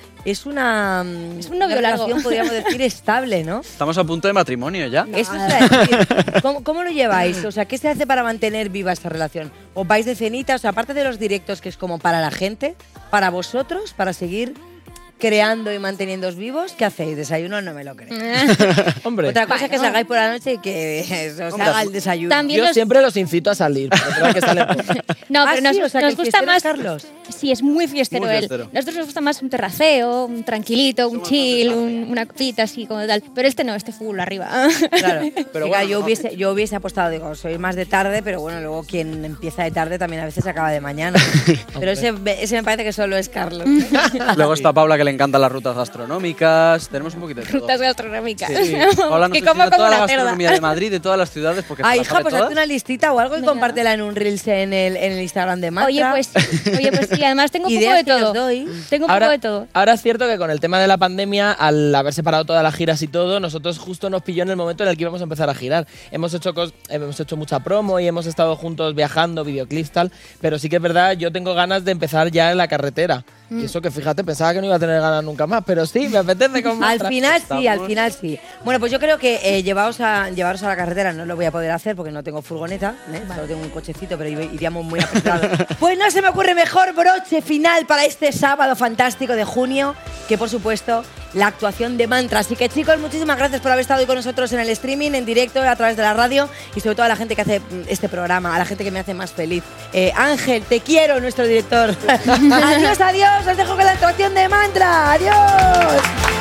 un novio relación, largo. podríamos decir, estable, ¿no? Estamos a punto de matrimonio ya. Eso es decir, ¿cómo lo lleváis? O sea, ¿qué se hace para mantener viva esta relación? ¿Os vais de cenita? O sea, aparte de los directos, que es como para la gente, para vosotros, para seguir creando y manteniéndoos vivos, ¿qué hacéis? ¿Desayuno? No me lo creo. Hombre, Otra cosa es que Bueno. salgáis por la noche y que os Hombre, haga el desayuno. También yo los- siempre los incito a salir, pero creo que salen poco. No, Ah, pero sí, o sea, que nos el gusta fiestero más. es Carlos. Sí, es muy fiestero, Muy él. fiestero. Nosotros nos gusta más un terraceo, un tranquilito, un chill, una copita así como tal. Pero este no, este full arriba. Claro, Pero pero bueno, yo hubiese apostado, digo, soy más de tarde, pero bueno, luego quien empieza de tarde también a veces acaba de mañana. Pero ese me parece que solo es Carlos. Luego está Paula, que le encantan las rutas gastronómicas, tenemos un poquito de todo. Rutas gastronómicas. Sí. Paula nos que como enseña toda la una cerda. gastronomía de Madrid, de todas las ciudades, porque se Ay, la hija, sabe pues todas. hazte una listita o algo y Venga. compártela en un Reels en el Instagram de Mantra. Oye, pues sí, además tengo un poco Ideas de que os todo. doy. Tengo un poco de todo. Ahora es cierto que con el tema de la pandemia, al haber separado todas las giras y todo, nosotros justo nos pilló en el momento en el que íbamos a empezar a girar. Hemos hecho mucha promo y hemos estado juntos viajando, videoclips, tal, pero sí que es verdad, yo tengo ganas de empezar ya en la carretera. Y eso que fíjate, pensaba que no iba a tener ganas nunca más, pero sí, me apetece con Al Mantra. final sí. Bueno, pues yo creo que llevaros a la carretera no lo voy a poder hacer porque no tengo furgoneta, solo tengo un cochecito, pero iríamos muy apretados. Pues no se me ocurre mejor broche final para este sábado fantástico de junio que, por supuesto, la actuación de Mantra. Así que, chicos, muchísimas gracias por haber estado hoy con nosotros en el streaming, en directo, a través de la radio y sobre todo a la gente que hace este programa, a la gente que me hace más feliz. Ángel, te quiero, nuestro director. Adiós, adiós. Os dejo con la actuación de Mantra. Adiós.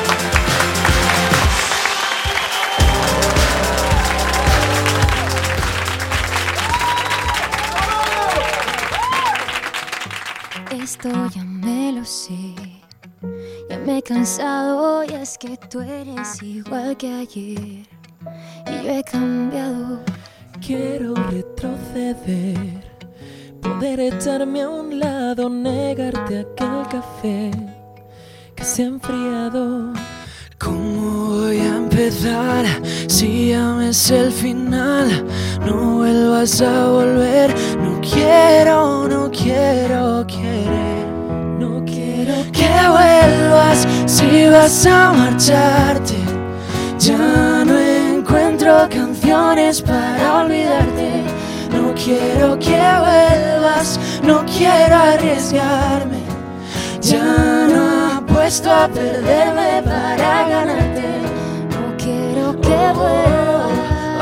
Esto ya me lo sé, ya me he cansado y es que tú eres igual que ayer y yo he cambiado. Quiero retroceder, poder echarme a un lado, negarte aquel café que se ha enfriado. ¿Cómo voy a empezar si ya me sé el final? No vuelvas a volver, no quiero, no quiero querer. No quiero que vuelvas si vas a marcharte. Ya no encuentro canciones para olvidarte. No quiero que vuelvas, no quiero arriesgarme. Ya no apuesto a perderme para ganarte. No quiero que vuelvas.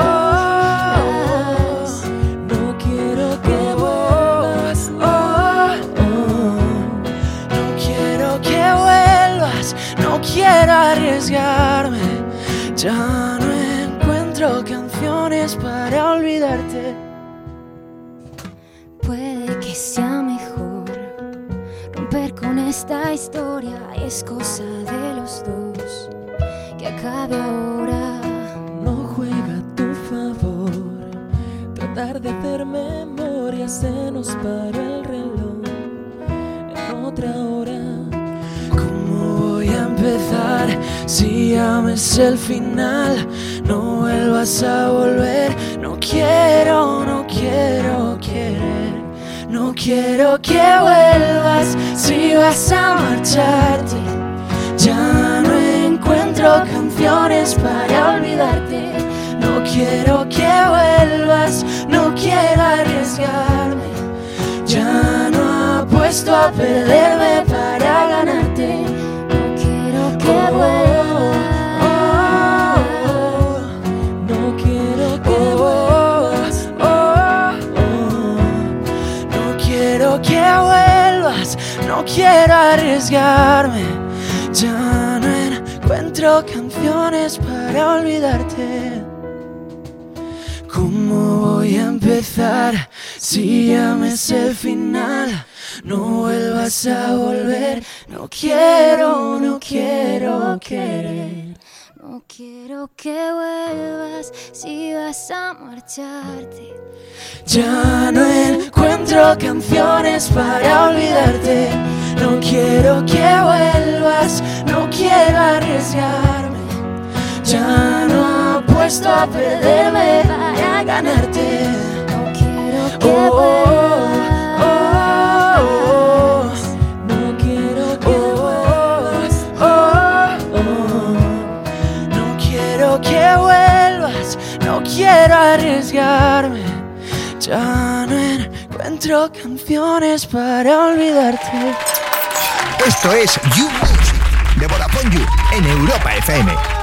No quiero que vuelvas. No quiero que vuelvas, no quiero arriesgarme. Ya no encuentro canciones para olvidarte. Puede que sea mejor romper con esta historia, es cosa de los dos. Que acabe ahora. No juega a tu favor tratar de hacer memoria, se nos paró el reloj en otra hora. ¿Cómo voy a empezar si ya me sé el final? No vuelvas a volver, no quiero, no quiero querer. No quiero que vuelvas si vas a marcharte. Ya no encuentro canciones para olvidarte. No quiero que vuelvas, no quiero arriesgarme. Ya no apuesto a perderme para ganarte. No quiero que vuelvas. No quiero que vuelvas. No quiero que vuelvas, no quiero arriesgarme. Ya no encuentro canciones para olvidarte. ¿Cómo voy a empezar si ya me sé el final? No vuelvas a volver, no quiero, no quiero querer. No quiero que vuelvas si vas a marcharte. Ya no encuentro canciones para olvidarte. No quiero que vuelvas, no quiero arriesgarme. Ya no apuesto a perderme para ganarte. No quiero que vuelvas. No quiero que vuelvas. No quiero que vuelvas, no quiero arriesgarme. Ya no encuentro canciones para olvidarte. Esto es You Music de Vodafone You en Europa FM.